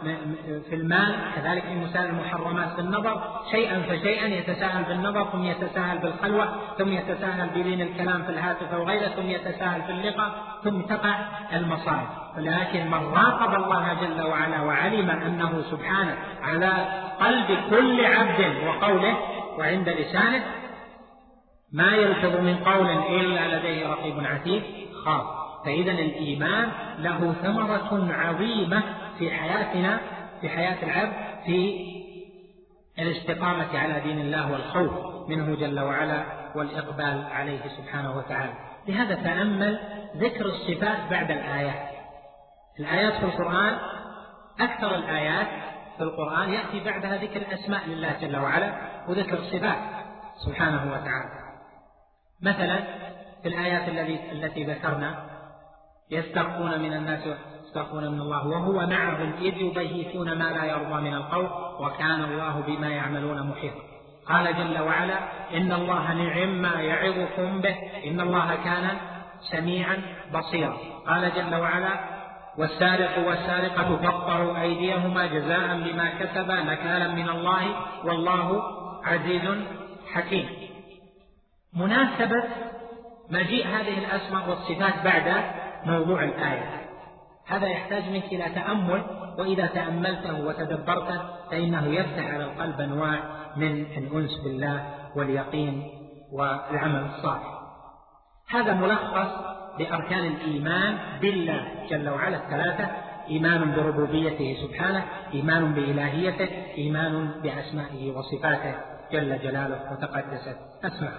في المال، كذلك في مسائل المحرمات في النظر، شيئا فشيئا يتساهل بالنظر، ثم يتساهل بالخلوة، ثم يتساهل بلين الكلام في الهاتف أو غيره، ثم يتساهل في اللقاء، ثم تقع المصائب. ولكن من راقب الله جل وعلا وعلم أنه سبحانه على قلب كل عبد وقوله وعند لسانه، ما يلفظ من قول إلا لديه رقيب عتيد خاف. فإذا الإيمان له ثمرة عظيمة في حياتنا، في حياة العبد، في الاستقامة على دين الله والخوف منه جل وعلا والإقبال عليه سبحانه وتعالى. لهذا تأمل ذكر الصفات بعد الآيات. الآيات في القرآن، أكثر الآيات في القرآن يأتي بعدها ذكر الأسماء لله جل وعلا وذكر الصفات سبحانه وتعالى. مثلا في الآيات التي ذكرنا: يستخفون من الناس ويستخفون من الله وهو معهم إذ يبيتون ما لا يرضى من القول وكان الله بما يعملون محيطا. قال جل وعلا: إن الله نعم ما يعظكم به إن الله كان سميعا بصيرا. قال جل وعلا: والسارق والسارقة فاقطعوا أيديهما جزاء بما كسبا نكالا من الله والله عزيز حكيم. مناسبة مجيء هذه الأسماء والصفات بعد موضوع الآية هذا يحتاج منك إلى تأمل، وإذا تأملته وتدبرته فإنه يفتح على القلب أنواع من الأنس بالله واليقين والعمل الصالح. هذا ملخص لأركان الإيمان بالله جل وعلا الثلاثة: إيمان بربوبيته سبحانه، إيمان بإلهيته، إيمان بأسمائه وصفاته جل جلاله وتقدست أسماءه.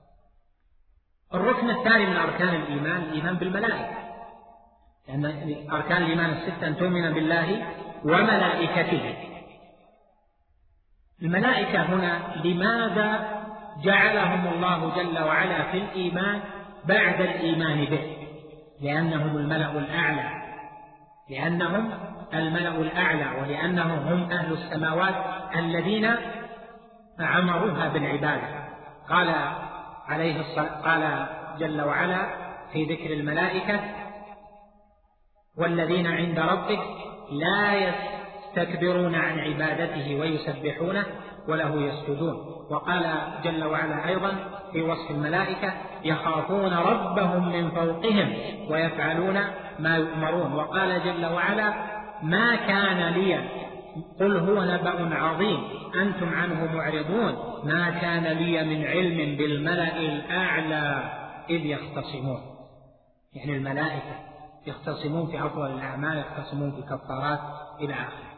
الركن الثاني من أركان الإيمان الإيمان بالملائكة، لأن أركان الإيمان الستة أن تؤمن بالله وملائكته. الملائكة هنا لماذا جعلهم الله جل وعلا في الإيمان بعد الإيمان به؟ لأنهم الملأ الأعلى، لأنهم الملأ الأعلى، ولأنهم هم أهل السماوات الذين عمروها بالعبادة. قال جل وعلا في ذكر الملائكة: والذين عند ربك لا يستكبرون عن عبادته ويسبحونه وله يسجدون. وقال جل وعلا أيضا في وصف الملائكة: يخافون ربهم من فوقهم ويفعلون ما يؤمرون. وقال جل وعلا: ما كان لي، قل هو نبأ عظيم أنتم عنه معرضون، ما كان لي من علم بالملأ الأعلى إذ يختصمون. يعني الملائكة يختصمون في أفضل الأعمال، يختصمون في كفارات إلى آخره.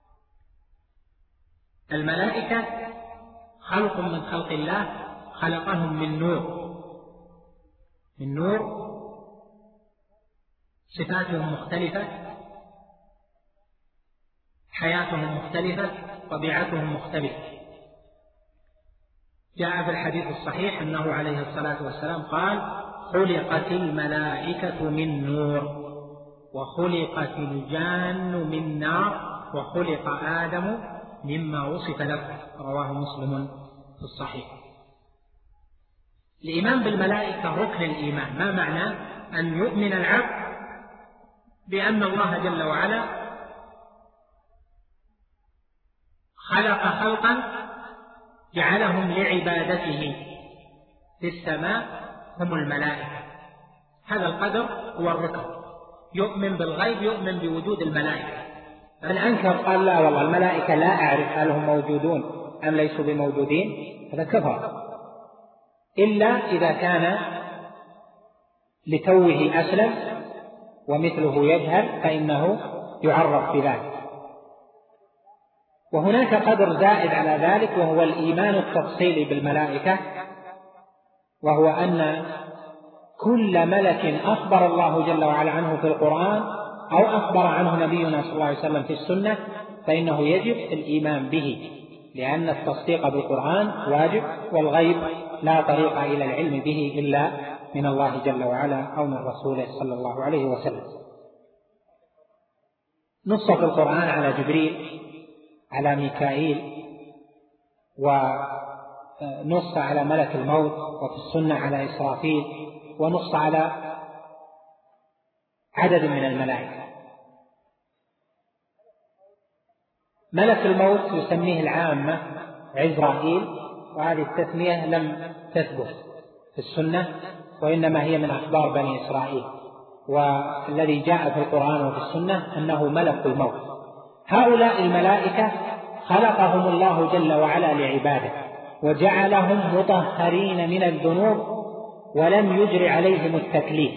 الملائكة خلق من خلق الله، خلقهم من نور، من نور، صفاتهم مختلفة، حياتهم مختلفة، طبيعتهم مختلفة. جاء في الحديث الصحيح أنه عليه الصلاة والسلام قال: خلقت الملائكة من نور وخلقت الجان من نار وخلق آدم مما وصف له. رواه مسلم في الصحيح. الإيمان بالملائكة ركن الإيمان. ما معنى أن يؤمن العبد بأن الله جل وعلا خلق خلقا جعلهم لعبادته في السماء هم الملائكة. هذا القدر هو الركن. يؤمن بالغيب، يؤمن بوجود الملائكة. من أنكر قال لا والله الملائكة لا أعرف هل هم موجودون أم ليسوا بموجودين، هذا كفر، إلا إذا كان لتوه أسلم ومثله يجهل فإنه يعرف بذلك. وهناك قدر زائد على ذلك وهو الإيمان التفصيلي بالملائكة، وهو أن كل ملك أخبر الله جل وعلا عنه في القرآن أو أخبر عنه نبينا صلى الله عليه وسلم في السنة فإنه يجب الإيمان به، لأن التصديق بالقرآن واجب، والغيب لا طريق إلى العلم به إلا من الله جل وعلا أو من رسوله صلى الله عليه وسلم. نص في القرآن على جبريل، على ميكائيل، ونص على ملك الموت، وفي السنة على إسرافيل، ونص على عدد من الملائكة. ملك الموت يسميه العامة عزرائيل، وهذه التسمية لم تثبت في السنة، وإنما هي من أخبار بني إسرائيل، والذي جاء في القرآن وفي السنة أنه ملك الموت. هؤلاء الملائكة خلقهم الله جل وعلا لعباده، وجعلهم مطهرين من الذنوب ولم يجر عليهم التكليف،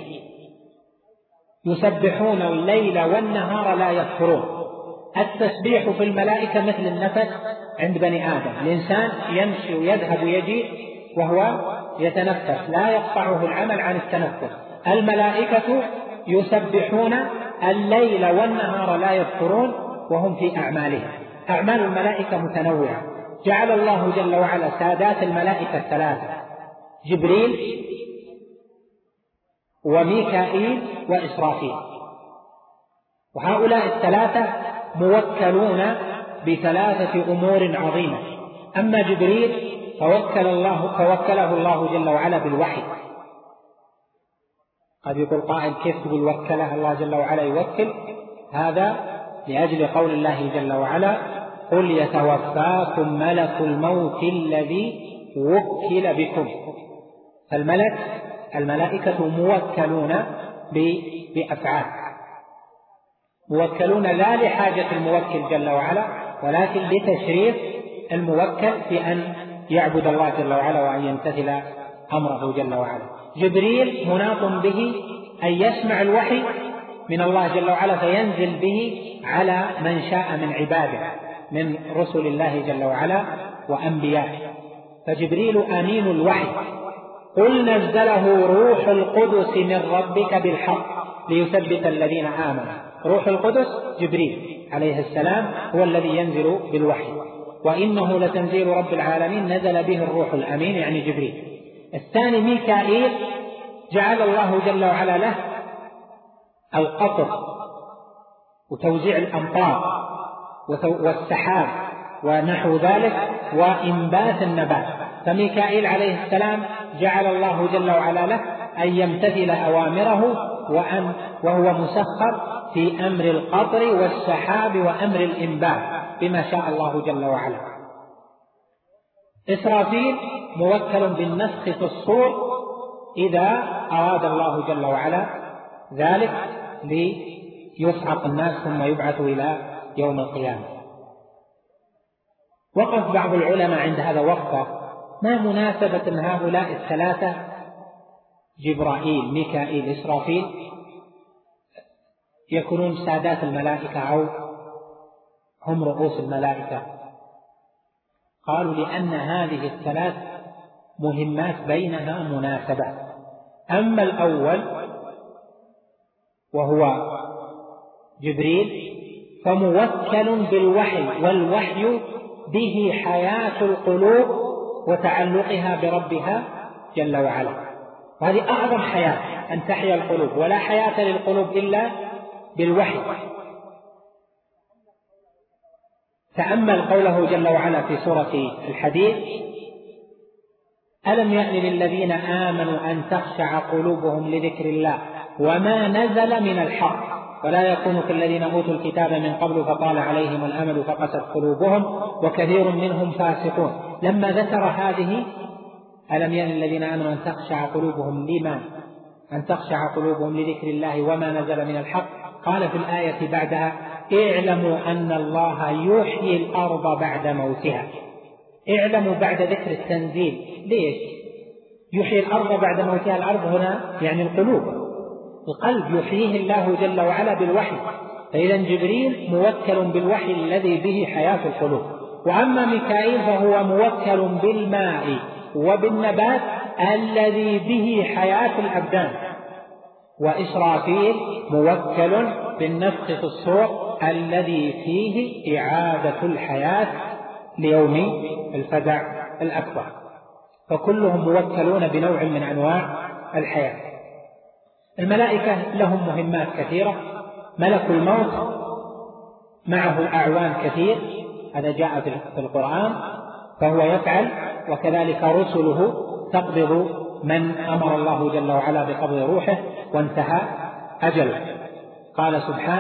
يسبحون الليل والنهار لا يفترون. التسبيح في الملائكة مثل النفس عند بني آدم، الإنسان يمشي ويذهب ويجي وهو يتنفس، لا يقطعه العمل عن التنفس. الملائكة يسبحون الليل والنهار لا يفترون وهم في أعمالهم. أعمال الملائكة متنوعة، جعل الله جل وعلا سادات الملائكة الثلاثة: جبريل وميكائيل وإسرافيل، وهؤلاء الثلاثة موكلون بثلاثة أمور عظيمة. أما جبريل فوكله الله جل وعلا بالوحي. قد يقول قائل كيف تقول وكله الله جل وعلا يوكل؟ هذا لأجل قول الله جل وعلا: قل يتوفاكم ملك الموت الذي وكل بكم. الملائكة موكلون بأفعال، موكلون لا لحاجة الموكل جل وعلا، ولكن لتشريف الموكل في أن يعبد الله جل وعلا وأن يمتثل أمره جل وعلا. جبريل مناط به أن يسمع الوحي من الله جل وعلا فينزل به على من شاء من عباده من رسل الله جل وعلا وأنبيائه، فجبريل أمين الوحي. قل نزله روح القدس من ربك بالحق ليثبت الذين آمنوا. روح القدس جبريل عليه السلام هو الذي ينزل بالوحي، وإنه لتنزيل رب العالمين نزل به الروح الأمين يعني جبريل. الثاني ميكائيل، جعل الله جل وعلا له القطر وتوزيع الأمطار والسحاب ونحو ذلك وإنبات النبات، فميكائيل عليه السلام جعل الله جل وعلا له أن يمتثل أوامره وهو مسخر في أمر القطر والسحاب وأمر الإنبات بما شاء الله جل وعلا. إسرافيل موكل بالنفخ في الصور إذا أراد الله جل وعلا ذلك ليصعق الناس ثم يبعث إلى يوم القيامة. وقف بعض العلماء عند هذا وقفة: ما مناسبة هؤلاء الثلاثة جبرائيل ميكائيل إسرافيل يكونون سادات الملائكة أو هم رؤوس الملائكة؟ قالوا لأن هذه الثلاث مهمات بينها مناسبة. أما الأول وهو جبريل فموكل بالوحي، والوحي به حياة القلوب وتعلقها بربها جل وعلا، وهذه أعظم حياة أن تحيا القلوب، ولا حياة للقلوب إلا بالوحي. تأمل قوله جل وعلا في سورة الحديد: ألم يأن للذين آمنوا أن تخشع قلوبهم لذكر الله وما نزل من الحق ولا يكونوا كالذين أوتوا الكتاب من قبل فطال عليهم الأمل فقست قلوبهم وكثير منهم فاسقون. لما ذكر هذه ألم يأن للذين آمنوا أن تخشع قلوبهم أن تخشع قلوبهم لذكر الله وما نزل من الحق، قال في الآية بعدها: اعلموا أن الله يحيي الأرض بعد موتها. اعلموا بعد ذكر التنزيل. ليش يحيي الأرض بعد موتها؟ الأرض هنا يعني القلوب، القلب يحييه الله جل وعلا بالوحي، فإذا جبريل موكل بالوحي الذي به حياة القلوب. وأما ميكائيل فهو موكل بالماء وبالنبات الذي به حياة الأبدان. وإسرافيل موكل بالنفخ في الصور الذي فيه إعادة الحياة ليوم الفزع الأكبر، فكلهم موكلون بنوع من أنواع الحياة. الملائكة لهم مهمات كثيرة. ملك الموت معه أعوان كثير، هذا جاء في القرآن، فهو يفعل، وكذلك رسله تقبض من أمر الله جل وعلا بقبض روحه وانتهى أجله. قال سبحانه: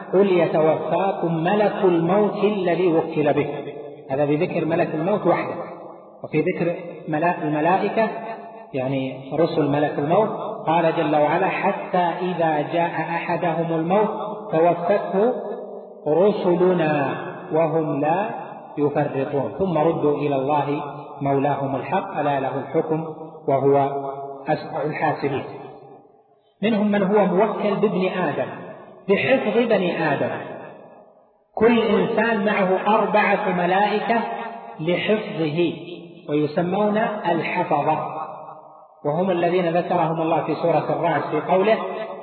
قل يتوفاكم ملك الموت الذي وكل به. هذا بذكر ملك الموت وحده. وفي ذكر الملائكة يعني رسل ملك الموت قال جل وعلا حتى إذا جاء أحدهم الموت توفته رسلنا وهم لا يفرطون ثم ردوا إلى الله مولاهم الحق ألا له الحكم وهو أسرع الحاسبين. منهم من هو موكل بابن آدم بحفظ بني آدم. كل إنسان معه 4 ملائكة لحفظه ويسمون الحفظة، وهم الذين ذكرهم الله في سورة الرعد في قوله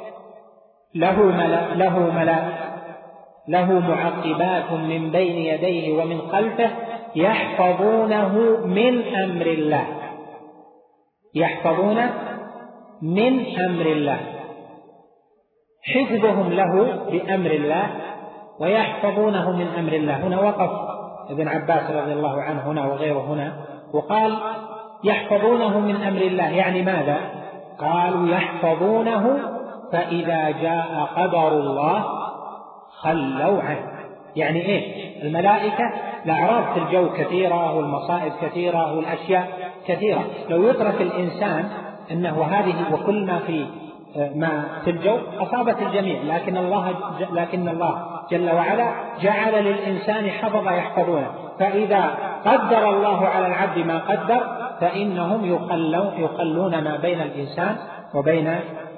له معقبات من بين يديه ومن خلفه يحفظونه من أمر الله. يحفظون من أمر الله، حفظهم له بأمر الله ويحفظونه من أمر الله. هنا وقف ابن عباس رضي الله عنه هنا وغيره هنا وقال يحفظونه من أمر الله، يعني ماذا؟ قالوا يحفظونه فإذا جاء قدر الله خلوا عنه. يعني إيه؟ الملائكة الأعراض في الجو كثيرة والمصائب كثيرة والأشياء كثيرة، لو يترك الإنسان أنه هذه وكل ما في الجو أصابت الجميع، لكن الله جل وعلا جعل للإنسان حفظ يحفظونه، فإذا قدر الله على العبد ما قدر فإنهم يقلون ما بين الإنسان وبين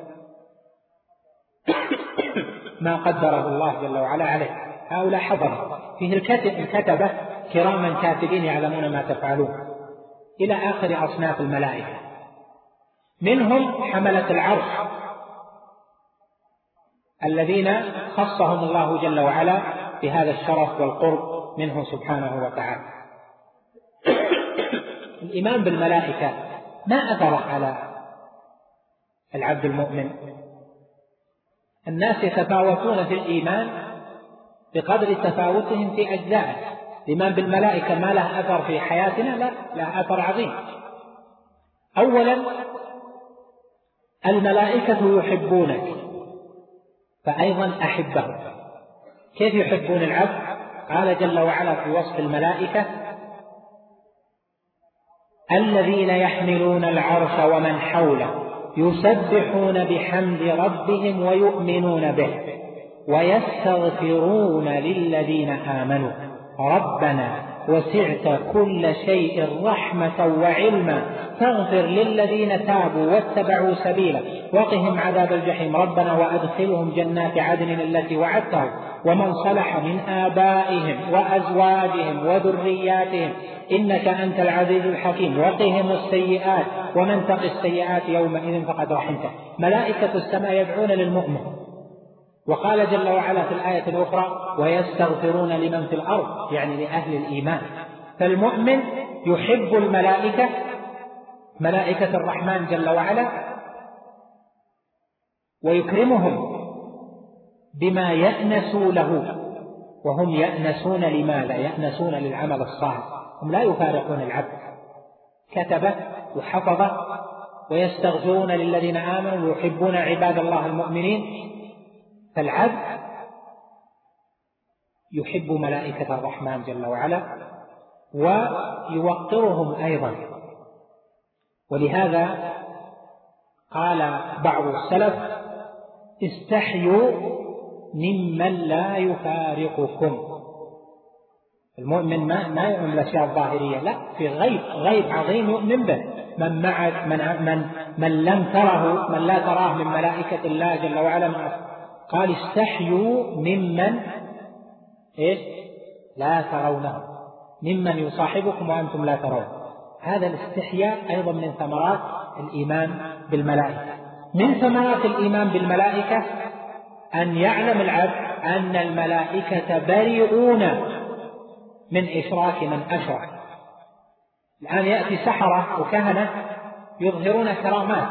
ما قدره الله جل وعلا عليه. هؤلاء حفظة فيه الكتبة كراما كاتبين يعلمون ما تفعلون إلى آخر أصناف الملائكة. منهم حملة العرش الذين خصهم الله جل وعلا بهذا الشرف والقرب منه سبحانه وتعالى. الإيمان بالملائكة ما أثر على العبد المؤمن. الناس يتفاوتون في الإيمان بقدر تفاوتهم في أجزائه. الإيمان بالملائكة ما له أثر في حياتنا؟ لا، له أثر عظيم. أولا الملائكة يحبونك فأيضا أحبهم. كيف يحبون العبد؟ قال جل وعلا في وصف الملائكة الذين يحملون العرش ومن حوله يسبحون بحمد ربهم ويؤمنون به ويستغفرون للذين آمنوا ربنا وسعت كل شيء رحمة وعلما فاغفر للذين تابوا واتبعوا سبيلا وقهم عذاب الجحيم ربنا وأدخلهم جنات عدن التي وعدتهم ومن صلح من آبائهم وأزواجهم وذرياتهم إنك أنت العزيز الحكيم وقهم السيئات ومن تق السيئات يومئذ فقد رحمته. ملائكة السماء يدعون للمؤمن. وقال جل وعلا في الآية الأخرى ويستغفرون لمن في الأرض، يعني لأهل الإيمان. فالمؤمن يحب الملائكة، ملائكة الرحمن جل وعلا، ويكرمهم بما يأنسوا له، وهم يأنسون لماذا؟ يأنسون للعمل الصالح. هم لا يفارقون العبد، كتبه وحفظه ويستغفرون للذين آمنوا ويحبون عباد الله المؤمنين. فالعبد يحب ملائكة الرحمن جل وعلا ويوقرهم أيضا. ولهذا قال بعض السلف استحيوا ممن لا يفارقكم. المؤمن ما يؤمن بالأشياء الظاهرية، لا، في غيب عظيم يؤمن به. من لم تره، من لا تراه من ملائكة الله جل وعلا، قال استحيوا ممن لا ترونه، ممن يصاحبكم وأنتم لا ترون. هذا الاستحياء أيضا من ثمرات الإيمان بالملائكة. من ثمرات الإيمان بالملائكة أن يعلم العبد أن الملائكة بريئون من إشراك من أشرك. الآن يأتي سحرة وكهنة يظهرون كرامات،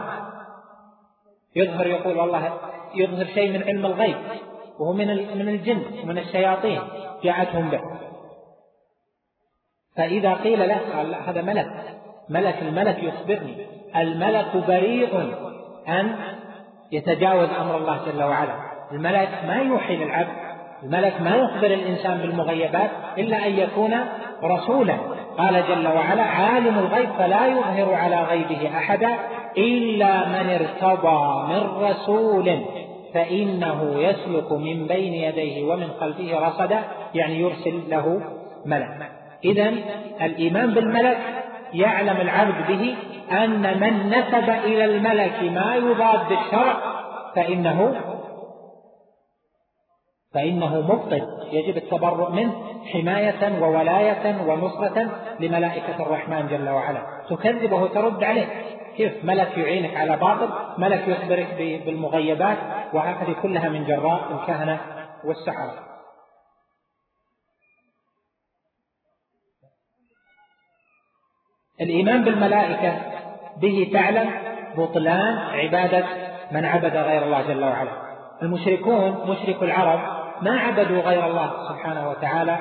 يظهر والله يظهر شيء من علم الغيب وهو من الجن ومن الشياطين جاءتهم به. فإذا قيل له قال لا، هذا الملك يخبرني. الملك بريء أن يتجاوز أمر الله جل وعلا. الملك ما يوحي للعبد الملك ما يخبر الإنسان بالمغيبات إلا أن يكون رسولا. قال جل وعلا: عالم الغيب فلا يظهر على غيبه أحدا إلا من ارتضى من رسول فإنه يسلك من بين يديه ومن خلفه رصدا، يعني يرسل له ملك. إذن الإيمان بالملك يعلم العبد به أن من نسب إلى الملك ما يضاد الشرع فإنه مبطل، يجب التبرؤ منه حماية وولاية ونصرة لملائكة الرحمن جل وعلا. تكذبه وترد عليه، كيف ملك يعينك على باطل، ملك يخبرك بالمغيبات، وهذه كلها من جراء الكهنة والسحرة. الإيمان بالملائكة به تعلم بطلان عبادة من عبد غير الله جل وعلا. المشركون مشرك العرب ما عبدوا غير الله سبحانه وتعالى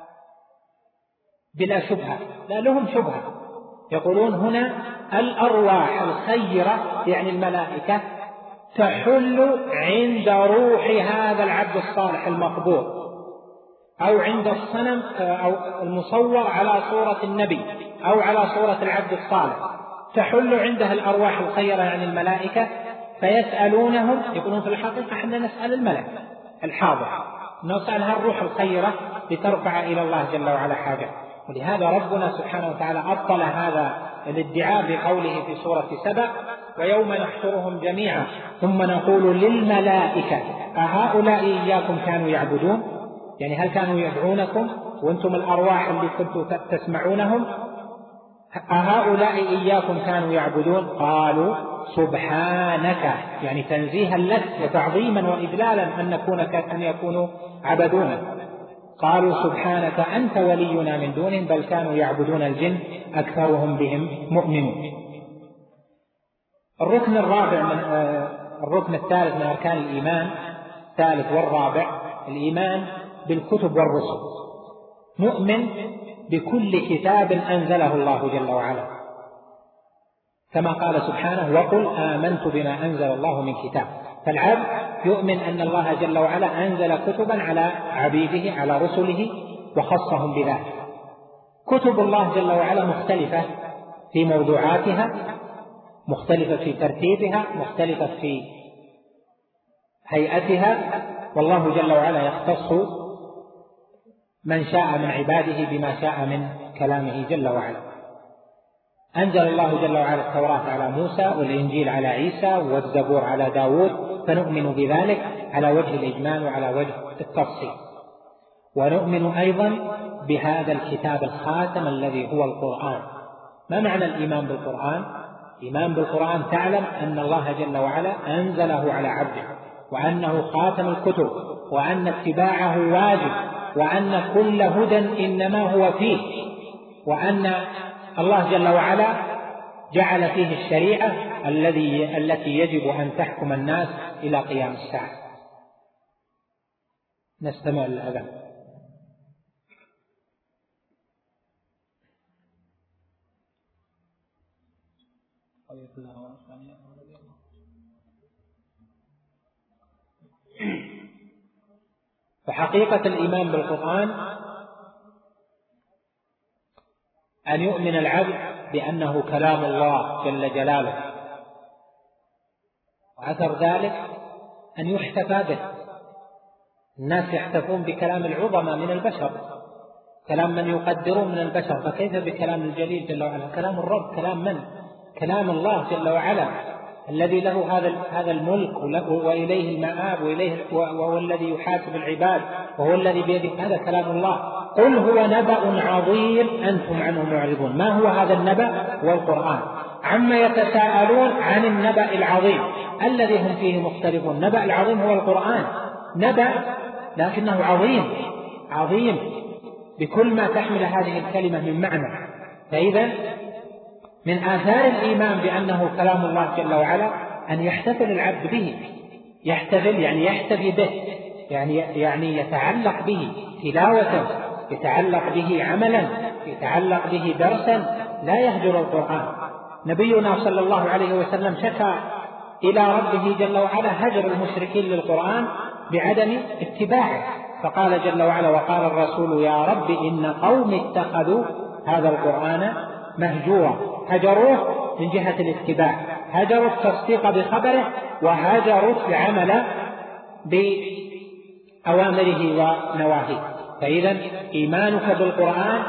بلا شبهة، لا لهم شبهة. يقولون هنا الأرواح الخيرة يعني الملائكة تحل عند روح هذا العبد الصالح المقبور، أو عند الصنم أو المصور على صورة النبي أو على صورة العبد الصالح، تحل عندها الأرواح الخيرة يعني الملائكة، فيسألونهم. يقولون في الحقيقة احنا نسأل الملك الحاضر، نسألها الروح الخيرة لترفع إلى الله جل وعلا حاجة. ولهذا ربنا سبحانه وتعالى أبطل هذا الادعاء بقوله في سورة سبأ: ويوم نحشرهم جميعا ثم نقول للملائكة أهؤلاء إياكم كانوا يعبدون، يعني هل كانوا يدعونكم وأنتم الأرواح اللي كنتم تسمعونهم؟ أهؤلاء إياكم كانوا يعبدون؟ قالوا سبحانك، يعني تنزيها لك وتعظيما وإذلالا أن يكونوا عبدونا. قالوا سبحانك أنت ولينا من دونهم بل كانوا يعبدون الجن أكثرهم بهم مؤمنون. الركن الثالث من أركان الإيمان، الثالث والرابع، الإيمان بالكتب والرسل. نؤمن بكل كتاب أنزله الله جل وعلا، كما قال سبحانه: وقل آمنت بما أنزل الله من كتاب. فالعبد يؤمن أن الله جل وعلا أنزل كتبا على عبيده على رسله وخصهم بذلك. كتب الله جل وعلا مختلفة في موضوعاتها، مختلفة في ترتيبها، مختلفة في هيئتها، والله جل وعلا يختص من شاء من عباده بما شاء من كلامه جل وعلا. أنزل الله جل وعلا التوراة على موسى والإنجيل على عيسى والزبور على داود، فنؤمن بذلك على وجه الإجمال وعلى وجه التفصيل. ونؤمن أيضا بهذا الكتاب الخاتم الذي هو القرآن. ما معنى الإيمان بالقرآن؟ الإيمان بالقرآن تعلم أن الله جل وعلا أنزله على عبده، وأنه خاتم الكتب، وأن اتباعه واجب، وأن كل هدى إنما هو فيه، وأن الله جل وعلا جعل فيه الشريعة التي يجب أن تحكم الناس إلى قيام الساعة. نستمع للأذان. فحقيقة الإيمان بالقرآن أن يؤمن العبد بأنه كلام الله جل جلاله، وأثر ذلك أن يحتفى به. الناس يحتفون بكلام العظمى من البشر، كلام من يقدرون من البشر، فكيف بكلام الجليل جل وعلا؟ كلام الرب، كلام من؟ كلام الله جل وعلا الذي له هذا الملك وإليه المآب وهو الذي يحاسب العباد وهو الذي بيده. هذا كلام الله. قل هو نبأ عظيم أنتم عنه معرضون. ما هو هذا النبأ؟ هو القرآن. عما يتساءلون عن النبأ العظيم الذي هم فيه مختلفون. النبأ العظيم هو القرآن، نبأ لكنه عظيم بكل ما تحمل هذه الكلمة من معنى. فإذا من آثار الإيمان بأنه كلام الله جل وعلا أن يحتفل العبد به. يحتفل يعني يحتفي به، يعني يتعلق به تلاوة، يتعلق به عملا، يتعلق به درسا، لا يهجر القرآن. نبينا صلى الله عليه وسلم شكى إلى ربه جل وعلا هجر المشركين للقرآن بعدم اتباعه، فقال جل وعلا: وقال الرسول يا رب إن قوم اتخذوا هذا القرآن مهجورا. هجروه من جهة الاتباع، هجروا التصديق بخبره، وهجروا العمل بأوامره ونواهيه. فإذا إيمانك بالقرآن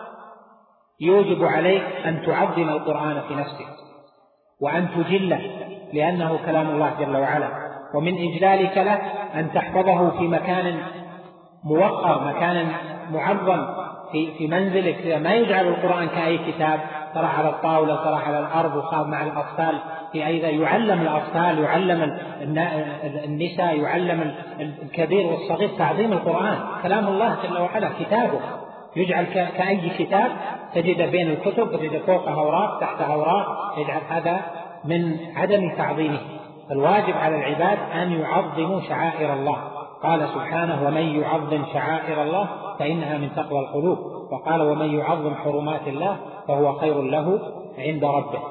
يوجب عليك أن تعظم القرآن في نفسك وأن تجله، لأنه كلام الله جل وعلا، ومن إجلالك له أن تحفظه في مكان موقر، مكان معظم في منزلك. ما يجعل القرآن كأي كتاب ترى على الطاولة، ترى على الأرض، وصار مع الأطفال في أيضا يعلم الأطفال، يعلم النساء، يعلم الكبير والصغير تعظيم القرآن. كلام الله جل وعلا كتابه يجعل كأي كتاب، تجد بين الكتب، تجد فوقها أوراق تحتها أوراق، يجعل هذا من عدم تعظيمه. الواجب على العباد أن يعظموا شعائر الله. قال سبحانه: ومن يعظم شعائر الله فإنها من تقوى القلوب. وقال: ومن يعظم حرمات الله فهو خير له عند ربه.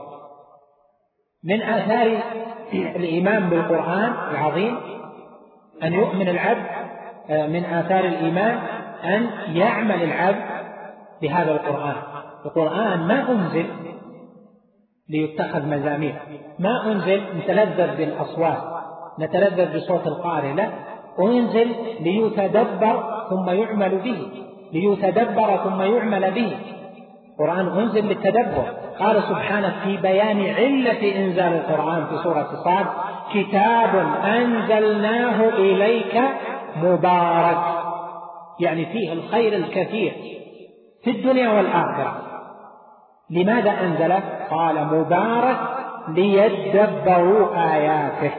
من آثار الإيمان بالقرآن العظيم أن يؤمن العبد، من آثار الإيمان أن يعمل العبد بهذا القرآن. القرآن ما أنزل ليتخذ مزامير، ما أنزل نتلذذ بالأصوات، نتلذذ بصوت القارئ، لا، أنزل ليتدبر ثم يعمل به، ليتدبر ثم يعمل به. القرآن أنزل للتدبر. قال سبحانه في بيان علة إنزال القرآن في سورة صاد: كتاب أنزلناه إليك مبارك، يعني فيه الخير الكثير في الدنيا والآخرة. لماذا أنزله؟ قال: مبارك ليدبروا آياته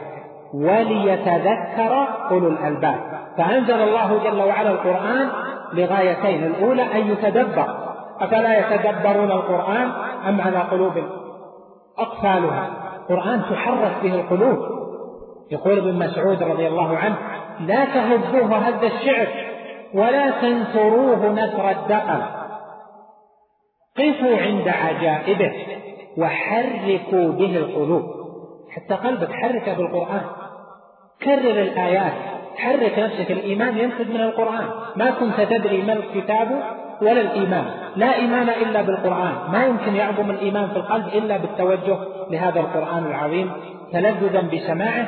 وليتذكر أولو الألباب. فأنزل الله جل وعلا القرآن لغايتين: الأولى أن يتدبر، أفلا يتدبرون القرآن أم على قلوب أقفالها؟ القرآن تحرك به القلوب. يقول ابن مسعود رضي الله عنه: لا تهزوه هز الشعر ولا تنثروه نثر الدقل، قفوا عند عجائبه وحركوا به القلوب. حتى قلبك حرك بالقرآن، كرر الآيات، حرك نفسك. الإيمان ينفذ من القرآن. ما كنت تدري ما الكتاب ولا الإيمان، لا إيمان إلا بالقرآن. ما يمكن يعظم الإيمان في القلب إلا بالتوجه لهذا القرآن العظيم، تلذذا بسماعه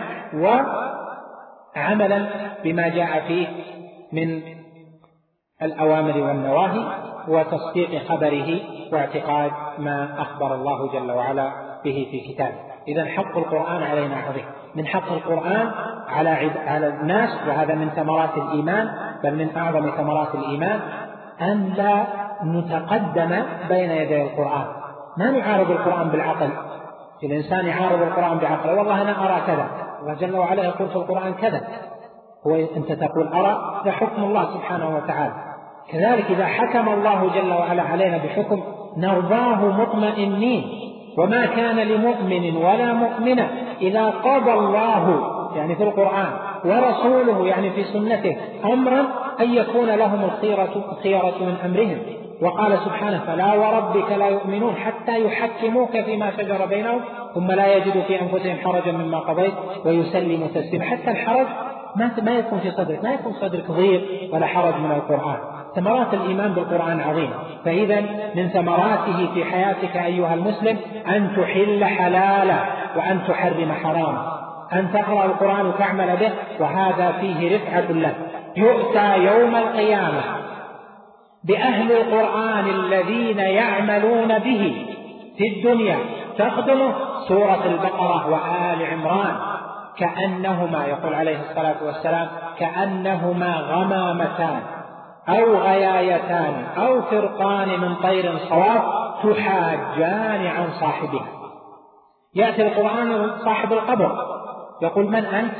وعملا بما جاء فيه من الأوامر والنواهي، وتصديق خبره واعتقاد ما أخبر الله جل وعلا به في كتابه. إذن حق القرآن علينا عظيم. من حق القرآن على الناس، وهذا من ثمرات الإيمان، بل من أعظم ثمرات الإيمان، أن لا نتقدم بين يدي القرآن. ما نعارض القرآن بالعقل. الإنسان يعارض القرآن بعقله: والله أنا أرى كذا، الله جل وعلا يقول في القرآن كذا، هو أنت تقول أرى، ده حكم الله سبحانه وتعالى. كذلك إذا حكم الله جل وعلا علينا بحكم نرضاه مطمئنين. وما كان لمؤمن ولا مؤمنة إذا قضى الله، يعني في القرآن، ورسوله، يعني في سنته، أمرا أن يكون لهم الخيرة من أمرهم. وقال سبحانه: فلا وربك لا يؤمنون حتى يحكموك فيما شجر بينهم ثم لا يجدوا في أنفسهم حرجا مما قضيت ويسلموا تسليما. حتى الحرج ما يكون في صدرك، ما يكون صدرك ضيق ولا حرج من القرآن. ثمرات الإيمان بالقرآن عظيمة. فإذا من ثمراته في حياتك أيها المسلم أن تحل حلالا وأن تحرم حراما، أن تقرأ القرآن وتعمل به، وهذا فيه رفعة له. يؤتى يوم القيامة بأهل القرآن الذين يعملون به في الدنيا، تخدمه سورة البقرة وآل عمران، كأنهما، يقول عليه الصلاة والسلام، كأنهما غمامتان أو غيايتان أو فرقان من طير صواف تحاجان عن صاحبها. يأتي القرآن صاحب القبر يقول: من أنت؟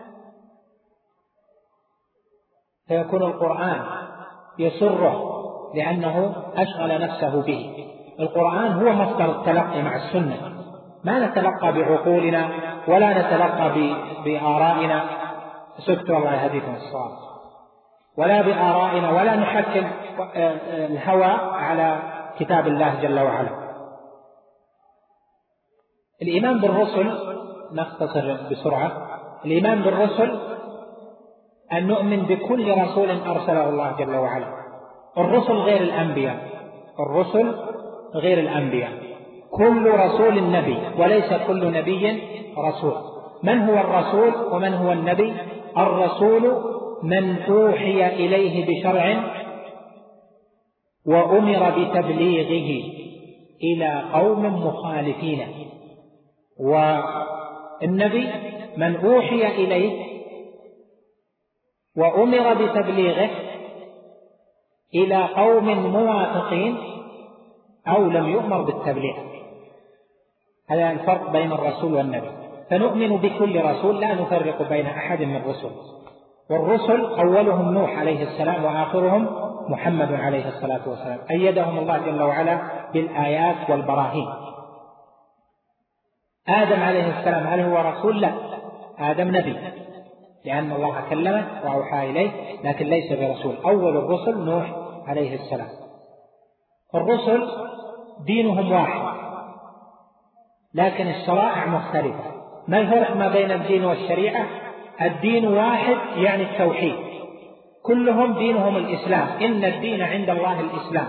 فيكون القرآن يسره لأنه أشغل نفسه به. القرآن هو مصدر التلقي مع السنة، ما نتلقى بعقولنا ولا نتلقى بآرائنا، سكت والله يهديكم الصواب، ولا بآرائنا، ولا نحكم الهوى على كتاب الله جل وعلا. الإيمان بالرسل، نختصر بسرعة. الإيمان بالرسل أن نؤمن بكل رسول أرسله الله جل وعلا. الرسل غير الأنبياء، الرسل غير الأنبياء، كل رسول نبي وليس كل نبي رسول. من هو الرسول ومن هو النبي؟ الرسول من أوحي إليه بشرع وأمر بتبليغه إلى قوم مخالفين، والنبي من أوحي إليه وأمر بتبليغه إلى قوم موافقين أو لم يؤمر بالتبليغ. هذا الفرق بين الرسول والنبي. فنؤمن بكل رسول لا نفرق بين أحد من الرسل. والرسل أولهم نوح عليه السلام وآخرهم محمد عليه الصلاة والسلام، أيدهم الله جل وعلا بالآيات والبراهين. آدم عليه السلام هل هو رسول؟ لا، آدم نبي لأن الله كلمه وأوحى إليه، لكن ليس برسول. أول الرسل نوح عليه السلام. الرسل دينهم واحد لكن الشرائع مختلفة. ما الفرق ما بين الدين والشريعة؟ الدين واحد يعني التوحيد، كلهم دينهم الإسلام، إن الدين عند الله الإسلام،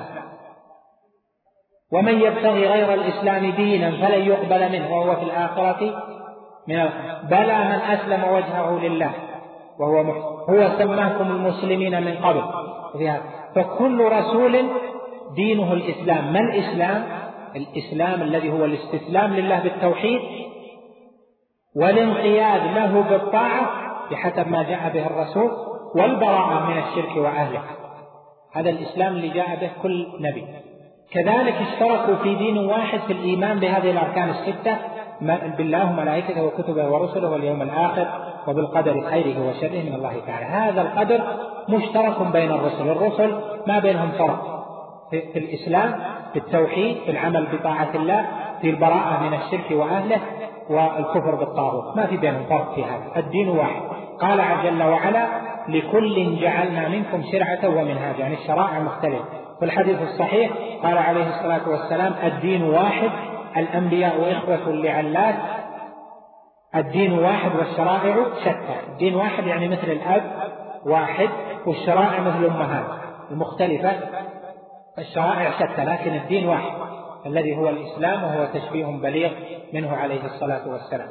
ومن يبتغي غير الإسلام دينا فلن يقبل منه وهو في الآخرة من بلى من أسلم وجهه لله وهو هو سماكم المسلمين من قبل. فكل رسول دينه الإسلام. ما الإسلام؟ الإسلام الذي هو الاستسلام لله بالتوحيد والانقياد له بالطاعة بحسب ما جاء به الرسول والبراءة من الشرك وأهله. هذا الإسلام اللي جاء به كل نبي. كذلك اشتركوا في دين واحد في الإيمان بهذه الأركان الستة، بالله وملائكته وكتبه ورسله واليوم الآخر وبالقدر خيره وشره من الله تعالى. هذا القدر مشترك بين الرسل. الرسل ما بينهم فرق في الإسلام، في التوحيد، في العمل بطاعة الله، في البراءة من الشرك وأهله والكفر بالطاغوت، ما في بينهم فرق في هذا. الدين واحد. قال جل وعلا لكل جعلنا منكم شرعة ومنهاجا، يعني الشرائع مختلفة. في الحديث الصحيح قال عليه الصلاة والسلام الدين واحد، الأنبياء إخوة لعلات، الدين واحد والشرائع شتى. الدين واحد يعني مثل الأب واحد، والشرائع مثل الأمهات المختلفة، الشرائع شتى لكن الدين واحد الذي هو الإسلام، وهو تشبيه بليغ منه عليه الصلاة والسلام.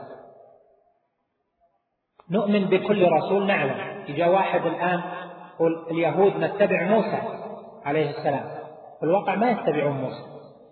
نؤمن بكل رسول. نعلم إذا واحد الآن يقول اليهود نتبع موسى عليه السلام، في الواقع ما يتبعون موسى.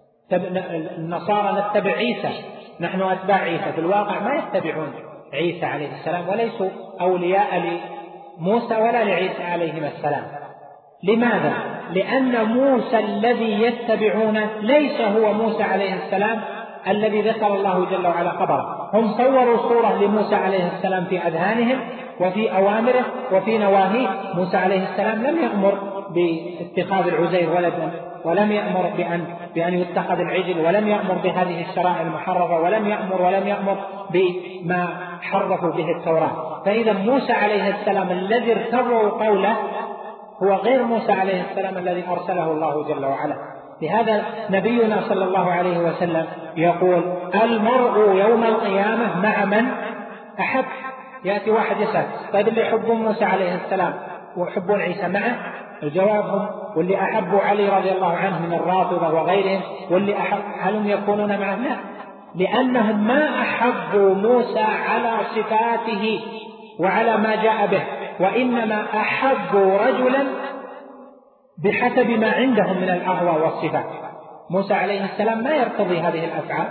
النصارى نتبع عيسى، نحن أتباع عيسى، في الواقع ما يتبعون عيسى عليه السلام وليسوا أولياء لموسى ولا لعيسى عليهما السلام. لماذا؟ لأن موسى الذي يتبعونه ليس هو موسى عليه السلام الذي ذكر الله جل وعلا خبره. هم صوروا صورة لموسى عليه السلام في أذهانهم وفي أوامره وفي نواهيه. موسى عليه السلام لم يأمر باتخاذ العزير ولدا، ولم يأمر بأن يتخذ العجل، ولم يأمر بهذه الشرائع المحرفة، ولم يأمر بما حرفوا به التوراة. فإذا موسى عليه السلام الذي ارتضوا قوله هو غير موسى عليه السلام الذي أرسله الله جل وعلا. لهذا نبينا صلى الله عليه وسلم يقول المرء يوم القيامة مع من أحب. يأتي واحد يسأل طيب اللي يحبون موسى عليه السلام ويحبون عيسى معه؟ الجواب هم واللي أحبوا علي رضي الله عنه من الرافضة وغيرهم، واللي هل يكونون معه؟ لا، لأنهم ما أحبوا موسى على صفاته وعلى ما جاء به، وإنما أحبوا رجلا بحسب ما عندهم من الأهواء والصفات. موسى عليه السلام ما يرتضي هذه الأفعال.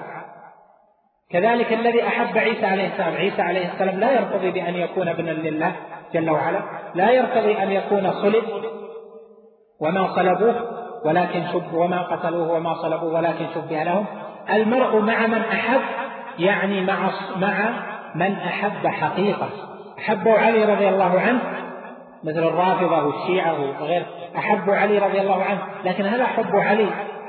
كذلك الذي أحب عيسى عليه السلام، عيسى عليه السلام لا يرتضي بأن يكون ابنا لله جل وعلا، لا يرتضي أن يكون صلب، وما صلبوه ولكن وما قتلوه وما صلبوه ولكن شبه لهم. المرء مع من أحب، يعني مع من أحب حقيقة. أحبوا علي رضي الله عنه مثل الرافضة والشيعة وغير، أحبوا علي رضي الله عنه، لكن هل أحبوا علي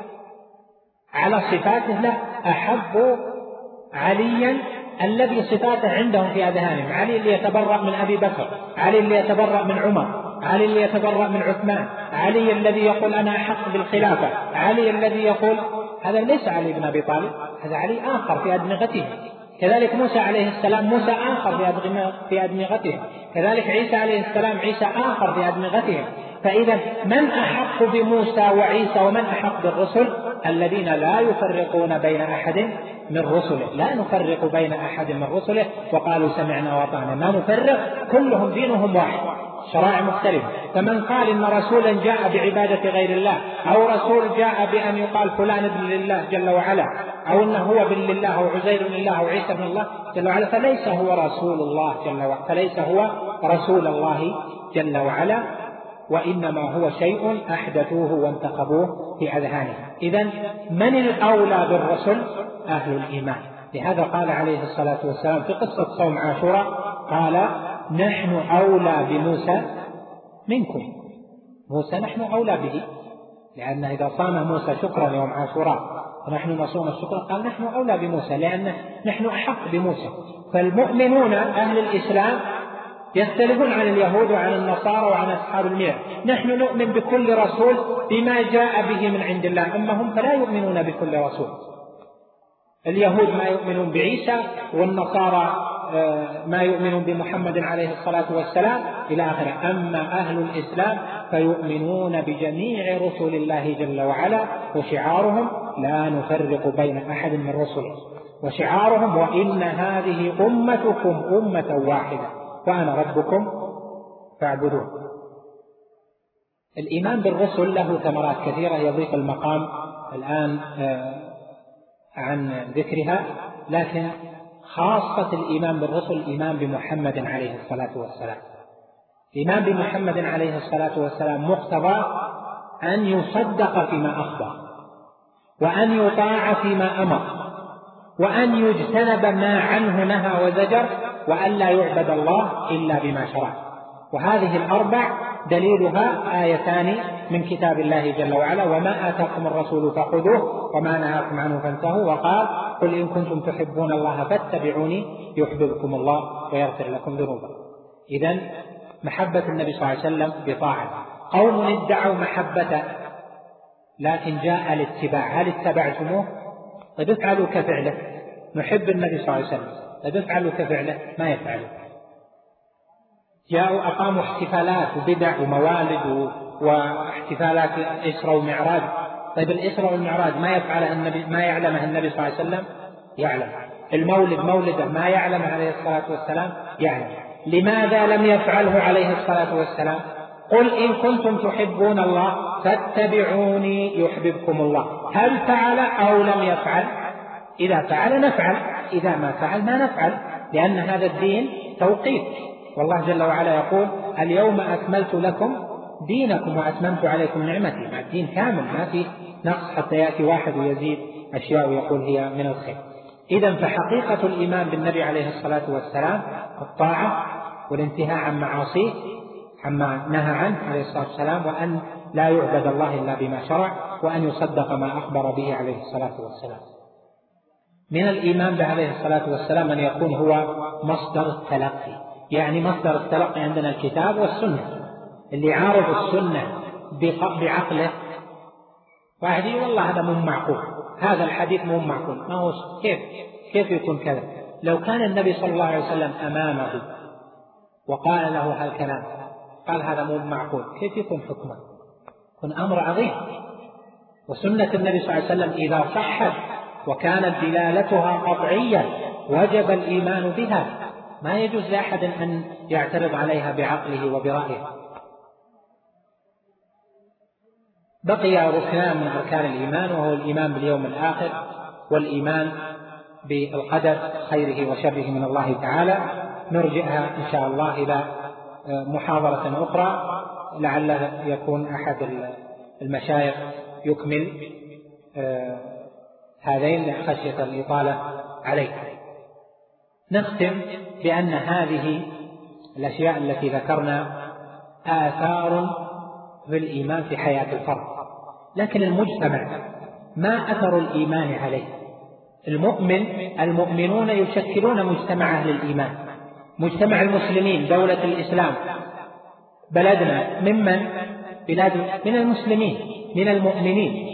على صفاته؟ لا، أحبوا عليا الذي صفاته عندهم في أذهانهم. علي اللي يتبرأ من أبي بكر، علي اللي يتبرأ من عمر، علي اللي يتبرأ من عثمان، علي الذي يقول أنا أحق بالخلافة، علي الذي يقول هذا ليس علي بن أبي طالب، هذا علي آخر في أدمغته. كذلك موسى عليه السلام موسى آخر في أدمغته. كذلك عيسى عليه السلام عيسى آخر بأدمغتهم. فإذا من أحق بموسى وعيسى ومن أحق بالرسل؟ الذين لا يفرقون بين أحد من رسله، لا نفرق بين أحد من رسله، وقالوا سمعنا وأطعنا، ما نفرق، كلهم دينهم واحد، شرائع مختلفة. فمن قال إن رسولا جاء بعبادة غير الله، أو رسول جاء بأن يقال فلان ابن لله جل وعلا، أو إنه هو ابن لله أو عزير بن الله أو عيسى بن الله جل وعلا، فليس هو رسول الله جل وعلا، فليس هو رسول الله جل وعلا، وإنما هو شيء أحدثوه وانتخبوه في أذهانهم. إذن من الأولى بالرسل؟ أهل الإيمان. لهذا قال عليه الصلاة والسلام في قصة صوم عاشوراء، قال نحن أولى بموسى منكم. موسى نحن أولى به، لأن إذا صام موسى شكرا يوم عاشوراء ونحن نصوم الشكر، قال نحن أولى بموسى لأن نحن أحق بموسى. فالمؤمنون أهل الإسلام يختلفون عن اليهود وعن النصارى وعن أصحاب المياه. نحن نؤمن بكل رسول بما جاء به من عند الله، أما هم فلا يؤمنون بكل رسول. اليهود ما يؤمنون بعيسى، والنصارى ما يؤمنون بمحمد عليه الصلاة والسلام إلى آخره. أما أهل الإسلام فيؤمنون بجميع رسل الله جل وعلا، وشعارهم لا نفرق بين أحد من رسله، وشعارهم وإن هذه أمتكم أمة واحدة وأنا ربكم فاعبدون. الإيمان بالرسل له ثمرات كثيرة يضيق المقام الآن عن ذكرها، لكن خاصة الإيمان بالرسل الإيمان بمحمد عليه الصلاة والسلام. الإيمان بمحمد عليه الصلاة والسلام مقتضى أن يصدق فيما أخبر، وأن يطاع فيما أمر، وأن يجتنب ما عنه نهى وزجر، وأن لا يعبد الله إلا بما شرع. وهذه الأربع دليلها آيتان من كتاب الله جل وعلا: وما آتاكم الرسول فخذوه وما نهاكم عنه فانتهوا، وقال: قل إن كنتم تحبون الله فاتبعوني يحببكم الله ويغفر لكم ذنوبكم. إذن محبة النبي صلى الله عليه وسلم بطاعة. قوم ادعوا محبته لكن جاء الاتباع، هل اتبعتموه؟ قد افعلوا كفعله. نحب النبي صلى الله عليه وسلم، قد افعلوا كفعله، ما يفعلوا. جاءوا أقاموا احتفالات وبدع وموالد واحتفالات إسراء ومعراج. طيب الإسراء والمعراج ما يفعله النبي، ما يعلمه النبي صلى الله عليه وسلم؟ يعلم. المولد مولده ما يعلمه عليه الصلاة والسلام؟ يعلم. لماذا لم يفعله عليه الصلاة والسلام؟ قل إن كنتم تحبون الله فاتبعوني يحببكم الله. هل فعل أو لم يفعل؟ إذا فعل نفعل، إذا ما فعل ما نفعل، لأن هذا الدين توقيت. والله جل وعلا يقول: اليوم أكملت لكم دينكم وأتممت عليكم نعمتي. الدين كامل ما في نقص، حتى يأتي واحد ويزيد أشياء ويقول هي من الخير. إذن فحقيقة الإيمان بالنبي عليه الصلاة والسلام الطاعة والانتهاء عن معاصيه عما نهى عنه عليه الصلاة والسلام، وأن لا يعبد الله إلا بما شرع، وأن يصدق ما أخبر به عليه الصلاة والسلام. من الإيمان به عليه الصلاة والسلام أن يكون هو مصدر التلقي. يعني مصدر التلقي عندنا الكتاب والسنة. اللي يعارض السنة بعقله، واحد يقول والله هذا مو معقول، هذا الحديث مو معقول، ما هو كيف يكون كذا؟ لو كان النبي صلى الله عليه وسلم أمامه وقال له هالكلام، قال هذا مو معقول، كيف يكون حكمه؟ يكون أمر عظيم. وسنة النبي صلى الله عليه وسلم إذا صحت وكانت دلالتها قطعية وجب الإيمان بها، ما يجوز لأحد أن يعترض عليها بعقله وبرأيه. بقي ركنان من أركان الإيمان، وهو الإيمان باليوم الآخر والإيمان بالقدر خيره وشره من الله تعالى. نرجئها إن شاء الله إلى محاضرة أخرى، لعل يكون أحد المشايخ يكمل هذين خشية الإطالة عليه. نختم بأن هذه الأشياء التي ذكرنا آثار بالإيمان في حياة الفرد، لكن المجتمع ما أثر الإيمان عليه؟ المؤمنون يشكلون مجتمع أهل الإيمان، مجتمع المسلمين، دولة الإسلام، بلدنا ممن بلاد من المسلمين من المؤمنين،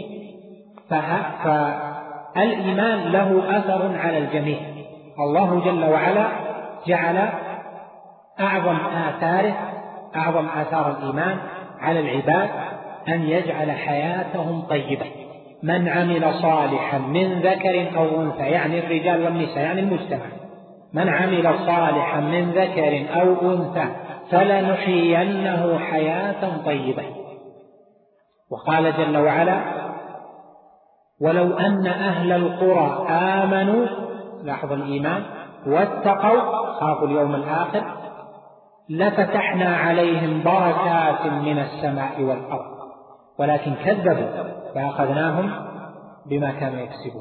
فالإيمان له أثر على الجميع. الله جل وعلا جعل أعظم آثار الإيمان على العباد أن يجعل حياتهم طيبة. من عمل صالحا من ذكر أو أنثى، يعني الرجال والنساء، يعني المجتمع، من عمل صالحا من ذكر أو أنثى فلنحيينه حياة طيبة. وقال جل وعلا: ولو أن أهل القرى آمنوا، لاحظ الإيمان، واتقوا، خافوا اليوم الآخر، لفتحنا عليهم بركات من السماء والأرض ولكن كذبوا فأخذناهم بما كانوا يكسبون.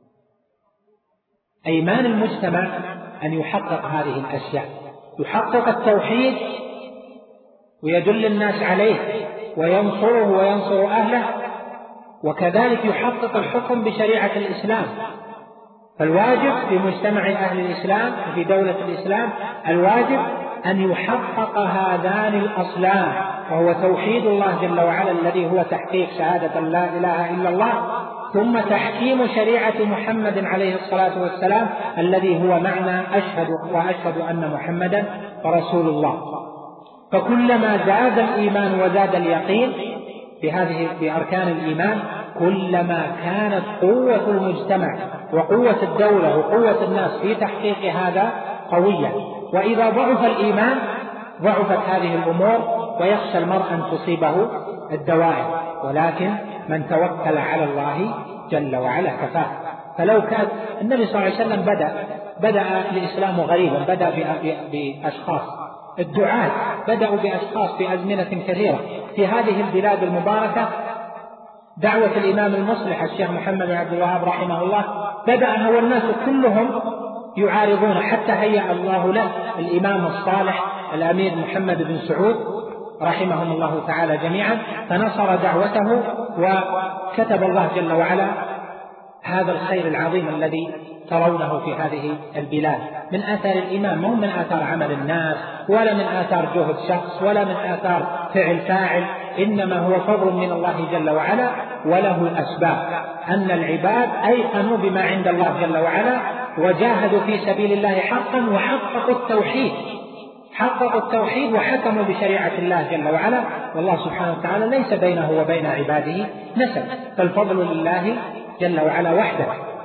أيمان المجتمع أن يحقق هذه الأشياء، يحقق التوحيد ويدل الناس عليه وينصره وينصر أهله، وكذلك يحقق الحكم بشريعة الإسلام. فالواجب في مجتمع أهل الإسلام وفي دولة الإسلام الواجب أن يحقق هذان الأصلان، وهو توحيد الله جل وعلا الذي هو تحقيق شهادة لا إله إلا الله، ثم تحكيم شريعة محمد عليه الصلاة والسلام الذي هو معنى أشهد أن محمدا رسول الله. فكلما زاد الإيمان وزاد اليقين بأركان الإيمان، كلما كانت قوة المجتمع وقوة الدولة وقوة الناس في تحقيق هذا قوية. وإذا ضعف الإيمان ضعفت هذه الأمور ويخشى المرء أن تصيبه الدوائر، ولكن من توكل على الله جل وعلا كفاه. فلو كان النبي صلى الله عليه وسلم بدأ الإسلام غريبا، بدأ بأشخاص، الدعاة بدأوا بأشخاص في أزمنة كثيرة في هذه البلاد المباركة. دعوة الإمام المصلح الشيخ محمد بن عبد الوهاب رحمه الله بدأها والناس كلهم يعارضون، حتى هيأ الله له الإمام الصالح الأمير محمد بن سعود رحمهم الله تعالى جميعا، فنصر دعوته وكتب الله جل وعلا هذا الخير العظيم الذي ترونه في هذه البلاد من آثار الإيمان، مو من آثار عمل الناس ولا من آثار جهد شخص ولا من آثار فعل فاعل، إنما هو فضل من الله جل وعلا وله الأسباب. أن العباد أيقنوا بما عند الله جل وعلا وجاهدوا في سبيل الله حقا وحققوا التوحيد وحكموا بشريعة الله جل وعلا. والله سبحانه وتعالى ليس بينه وبين عباده نسب، فالفضل لله جل وعلا وحده.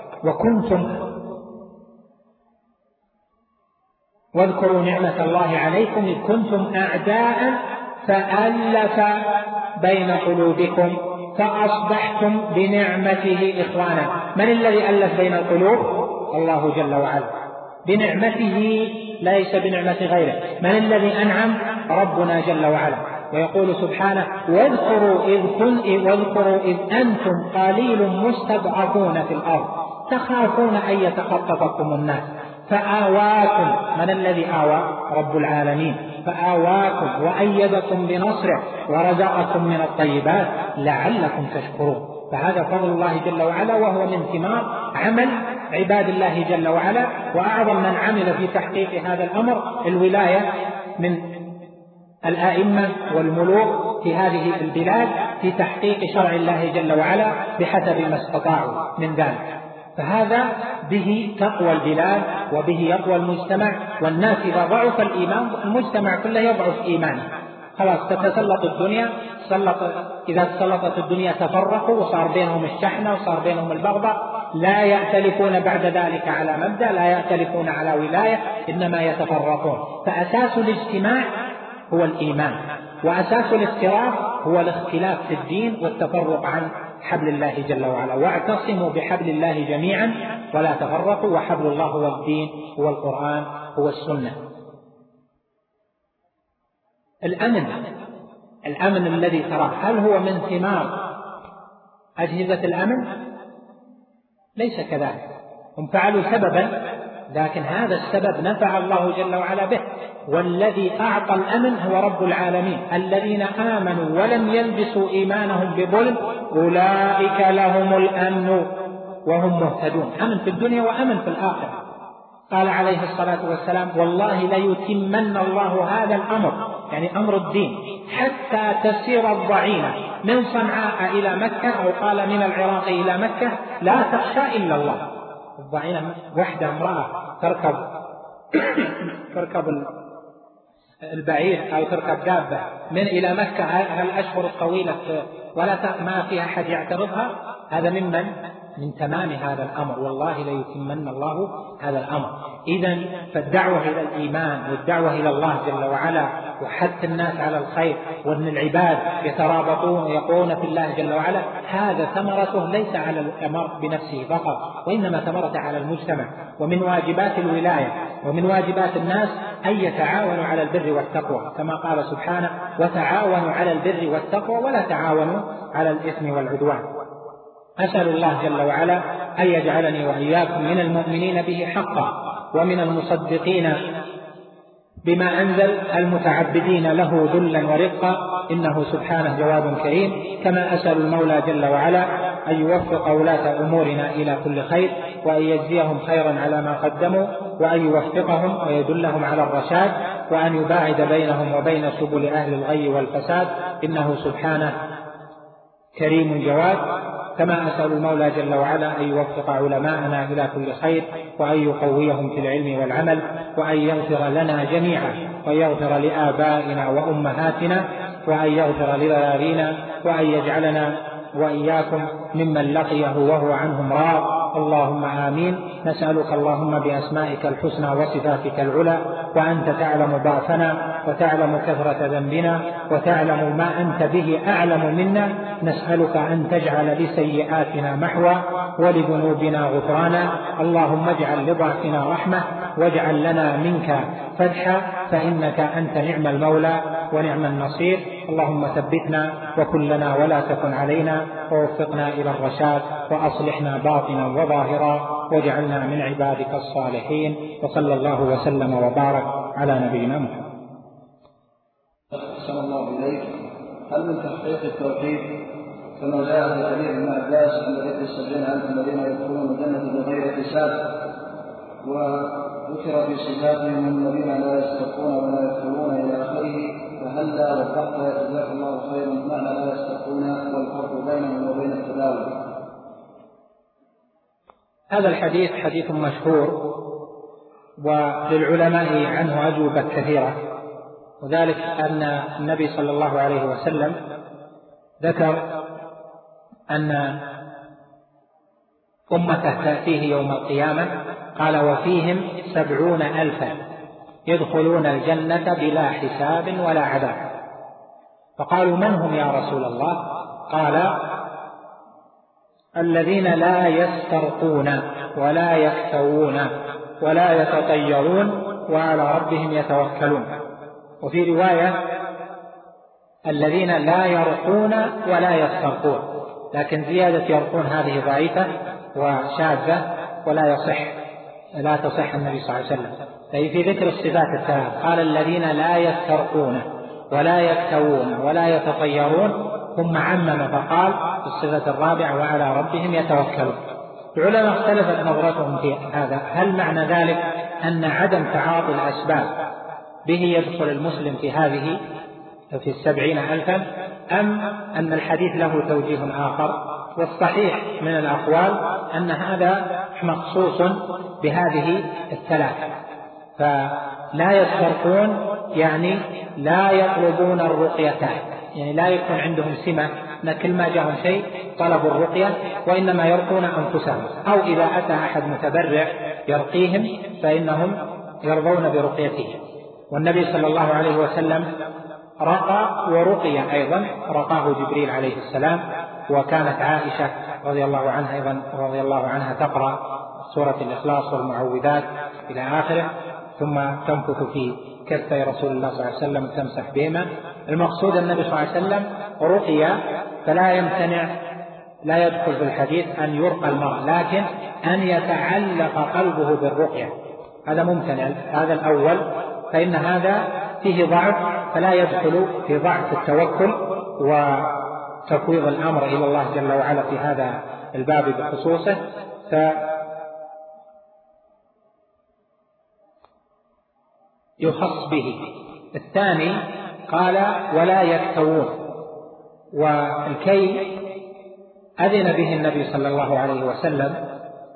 واذكروا نعمة الله عليكم إذ كنتم أعداء فألف بين قلوبكم فأصبحتم بنعمته إخوانا. من الذي ألف بين القلوب؟ الله جل وعلا بنعمته، ليس بنعمة غيره. من الذي أنعم؟ ربنا جل وعلا. ويقول سبحانه: واذكروا إذ أنتم قليل مستضعفون في الأرض تخافون أن يتخطفكم الناس فآواكم. من الذي آوى؟ رب العالمين. فآواكم وأيدكم بنصره ورزقكم من الطيبات لعلكم تشكرون. فهذا فضل الله جل وعلا، وهو من ثمار عمل عباد الله جل وعلا. وأعظم من عمل في تحقيق هذا الأمر الولاية من الآئمة والملوك في هذه البلاد في تحقيق شرع الله جل وعلا بحسب ما استطاعوا من ذلك. فهذا به تقوى البلاد وبه يقوى المجتمع. والناس إذا ضعف الإيمان المجتمع كله يضعف إيمانه، خلاص تتسلط الدنيا. إذا تسلطت الدنيا تفرقوا وصار بينهم الشحنة وصار بينهم البغضاء، لا يأتلفون بعد ذلك على مبدأ، لا يأتلفون على ولاية، إنما يتفرقون. فأساس الاجتماع هو الإيمان، وأساس الافتراق هو الاختلاف في الدين والتفرق عن حبل الله جل وعلا. واعتصموا بحبل الله جميعا ولا تفرقوا، وحبل الله هو الدين، هو القرآن، هو السنة. الأمن الذي تراه هل هو من ثمار أجهزة الأمن؟ ليس كذلك. هم فعلوا سببا، لكن هذا السبب نفع الله جل وعلا به. والذي أعطى الأمن هو رب العالمين. الذين آمنوا ولم يلبسوا إيمانهم بظلم أولئك لهم الأمن وهم مهتدون. أمن في الدنيا وأمن في الآخرة. قال عليه الصلاة والسلام: والله ليتمن الله هذا الأمر، يعني أمر الدين، حتى تسير الضعينة من صنعاء إلى مكة، أو قال من العراق إلى مكة، لا تخشى إلا الله. الضعينة وحدة امرأة تركب البعير أو تركب دابة من إلى مكة هالأشهر الطويلة ولا ما فيها أحد يعترضها، هذا من تمام هذا الأمر، والله ليتمن الله هذا الأمر. إذن فالدعوة إلى الإيمان والدعوة إلى الله جل وعلا وحث الناس على الخير وأن العباد يترابطون ويقوون في الله جل وعلا، هذا ثمرته ليس على الأمر بنفسه فقط، وإنما ثمرته على المجتمع. ومن واجبات الولاية ومن واجبات الناس أن يتعاونوا على البر والتقوى، كما قال سبحانه: وتعاونوا على البر والتقوى ولا تعاونوا على الإثم والعدوان. أسأل الله جل وعلا أن يجعلني وإياكم من المؤمنين به حقا ومن المصدقين بما أنزل المتعبدين له ذلا ورقا، إنه سبحانه جواد كريم. كما أسأل المولى جل وعلا أن يوفق ولاة أمورنا إلى كل خير، وأن يجزيهم خيرا على ما قدموا، وأن يوفقهم ويدلهم على الرشاد، وأن يباعد بينهم وبين سبل أهل الغي والفساد، إنه سبحانه كريم جواد. كما أسأل المولى جل وعلا أن يوفق علماءنا إلى كل خير، وأن يقويهم في العلم والعمل، وأن يغفر لنا جميعا، وأن يغفر لآبائنا وأمهاتنا، وأن يغفر لذرارينا، وأن يجعلنا وإياكم ممن لقيه وهو عنهم راض. اللهم آمين. نسألك اللهم بأسمائك الحسنى وصفاتك العلى، وأنت تعلم ضعفنا وتعلم كثرة ذنبنا وتعلم ما أنت به أعلم منا، نسألك أن تجعل لسيئاتنا محوى ولذنوبنا غفرانا. اللهم اجعل لضعفنا رحمة واجعل لنا منك فتحا، فإنك أنت نعم المولى ونعم النصير. اللهم ثبتنا وكن لنا ولا تكن علينا، ووفقنا إلى الرشاد، وأصلحنا باطنا وظاهرا، واجعلنا من عبادك الصالحين. وصلى الله وسلم وبارك على نبينا محمد. أحسن الله إليك. هل من تحقيق التوحيد كما جاء في حديث ابن عباس عن ذكر 70,000 الذين يدخلون الجنة بغير حساب، وذكر في صفاتهم الذين لا يستقون ولا يكفرون إلى آخره، فهلا وضحت جزاك الله خيرا معنى لا يستقون والفرق بينهم وبين التداول؟ هذا الحديث حديث مشهور، وللعلماء عنه أجوبة كثيرة، وذلك أن النبي صلى الله عليه وسلم ذكر أن أمته تأتيه يوم القيامة، قال: وفيهم 70,000 يدخلون الجنة بلا حساب ولا عذاب. فقالوا: من هم يا رسول الله؟ قال: الذين لا يسترقون ولا يكتوون ولا يتطيرون وعلى ربهم يتوكلون. وفي رواية: الذين لا يرقون ولا يسترقون، لكن زيادة يرقون هذه ضعيفة وشاذة لا تصح النبي صلى الله عليه وسلم. في ذكر الصفات الثلاث قال: الذين لا يسترقون ولا يكتوون ولا يتطيرون، ثم عمم فقال في الصفة الرابعة: وعلى ربهم يتوكلون. العلماء اختلفت نظرتهم في هذا، هل معنى ذلك أن عدم تعاطي الأسباب به يدخل المسلم في 70,000، أم أن الحديث له توجيه آخر؟ والصحيح من الأقوال أن هذا مخصوص بهذه الثلاثة. فلا يسترقون يعني لا يطلبون الرقيتان، يعني لا يكون عندهم سمة أن كل ما جاءهم شيء طلبوا الرقية، وإنما يرقون أنفسهم، أو إذا أتى أحد متبرع يرقيهم فإنهم يرضون برقيته. والنبي صلى الله عليه وسلم رقى ورقي أيضا، رقاه جبريل عليه السلام، وكانت عائشة رضي الله عنها تقرأ سورة الإخلاص والمعوذات إلى آخره، ثم تمكث في كفي رسول الله صلى الله عليه وسلم تمسح بهما. المقصود النبي صلى الله عليه وسلم رقي، فلا يمتنع، لا يدخل في الحديث أن يرقى المرء، لكن أن يتعلق قلبه بالرقية هذا ممتنع. هذا الأول، فإن هذا فيه ضعف، فلا يدخل في ضعف التوكل وتفويض الأمر إلى الله جل وعلا في هذا الباب بخصوصه، يخص به. الثاني قال: ولا يكتوون، والكي أذن به النبي صلى الله عليه وسلم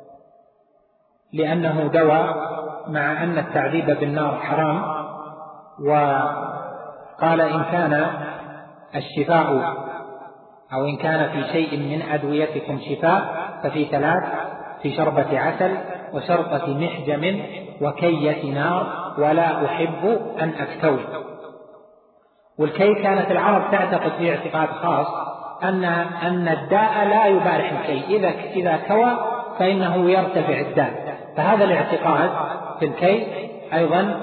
لأنه دواء، مع أن التعذيب بالنار حرام، وقال إن كان الشفاء أو إن كان في شيء من أدويتكم شفاء ففي 3: في شربة عسل وشرطة محجم وكية نار ولا أحب أن أكتوي. والكي كانت العرب تعتقد في اعتقاد خاص أن الداء لا يبارح الكي، إذا كوى فإنه يرتفع الداء. فهذا الاعتقاد في الكي أيضا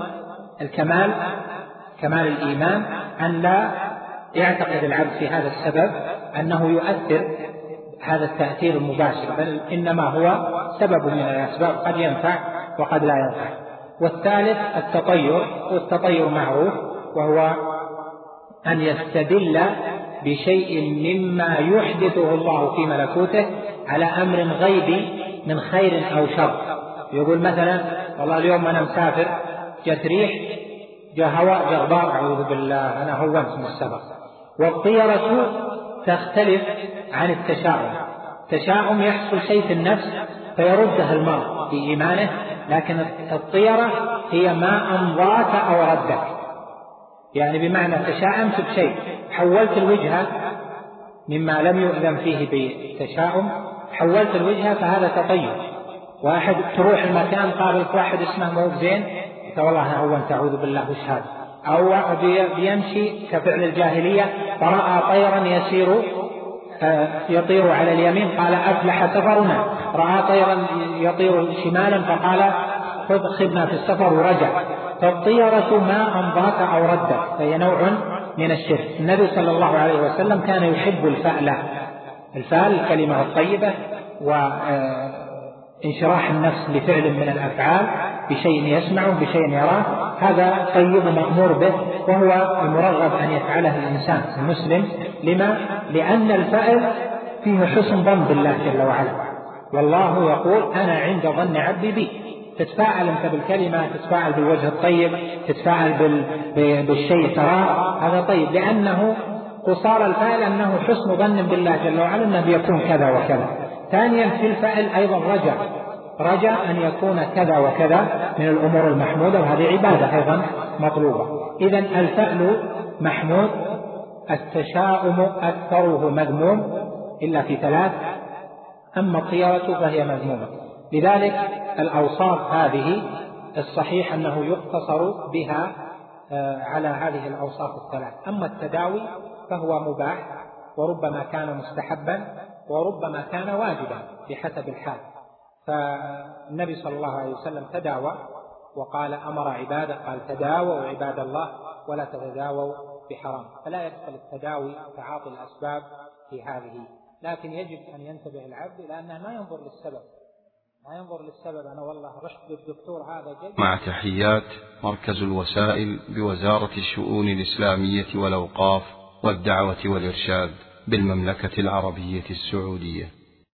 كمال الإيمان، أن لا يعتقد العبد في هذا السبب أنه يؤثر هذا التأثير المباشر، بل إنما هو سبب من الأسباب قد ينفع وقد لا ينفع. والثالث التطير، والتطير معروف، وهو أن يستدل بشيء مما يحدثه الله في ملكوته على أمر غيبي من خير أو شر. يقول مثلا والله اليوم أنا مسافر، جت ريح، جاء هواء، جاء غبار، أعوذ بالله أنا هونت من السفر. والطيرة تختلف عن التشاؤم يحصل شيء في النفس فيردها المرء في إيمانه، لكن الطيرة هي ما أمضاك أو ردك، يعني بمعنى تشاءمت بشيء، حولت الوجهة مما لم يؤذن فيه بالتشاؤم، حولت الوجهة، فهذا تطير. واحد تروح المكان قابلك واحد اسمه مو زين، والله هونت أعوذ بالله وش هذا، أو بيمشي كفعل الجاهلية فرأى طيرا يطير على اليمين قال أفلح سفرنا، رأى طيرا يطير شمالا فقال خذنا في السفر ورجع. فالطيرة ما أمضاك أو ردك، فهي نوع من الشرك. النبي صلى الله عليه وسلم كان يحب الفأل الكلمة الطيبة، وانشراح النفس لفعل من الأفعال بشيء يسمعه بشيء يراه، هذا طيب مأمور به، وهو المرغب أن يفعله الإنسان المسلم. لما؟ لأن الفعل فيه حسن ظن بالله جل وعلا، والله يقول أنا عند ظن عبدي بي. تتفاعل أنت بالكلمة، تتفاعل بالوجه الطيب، تتفاعل بالشيء تراه، هذا طيب، لأنه قصار الفعل أنه حسن ظن بالله جل وعلا أنه يكون كذا وكذا. ثانيا في الفعل أيضا رجاء أن يكون كذا وكذا من الأمور المحمودة، وهذه عبادة أيضا مطلوبة. إذن الفعل محمود، التشاؤم أكثره مذموم إلا في 3، أما الطيرة فهي مذمومة. لذلك الأوصاف هذه الصحيح أنه يقتصر بها على هذه الأوصاف ال3. أما التداوي فهو مباح، وربما كان مستحبا، وربما كان واجبا بحسب الحال. فالنبي صلى الله عليه وسلم تداوى وقال أمر عباده، قال تداووا عباد الله ولا تتداووا بحرام. فلا يدخل التداوي تعاطي الأسباب في هذه، لكن يجب أن ينتبه العبد لأنه ما ينظر للسبب، أنا والله رحت للدكتور هذا جيد. مع تحيات مركز الوسائل بوزارة الشؤون الإسلامية والأوقاف والدعوة والإرشاد بالمملكة العربية السعودية.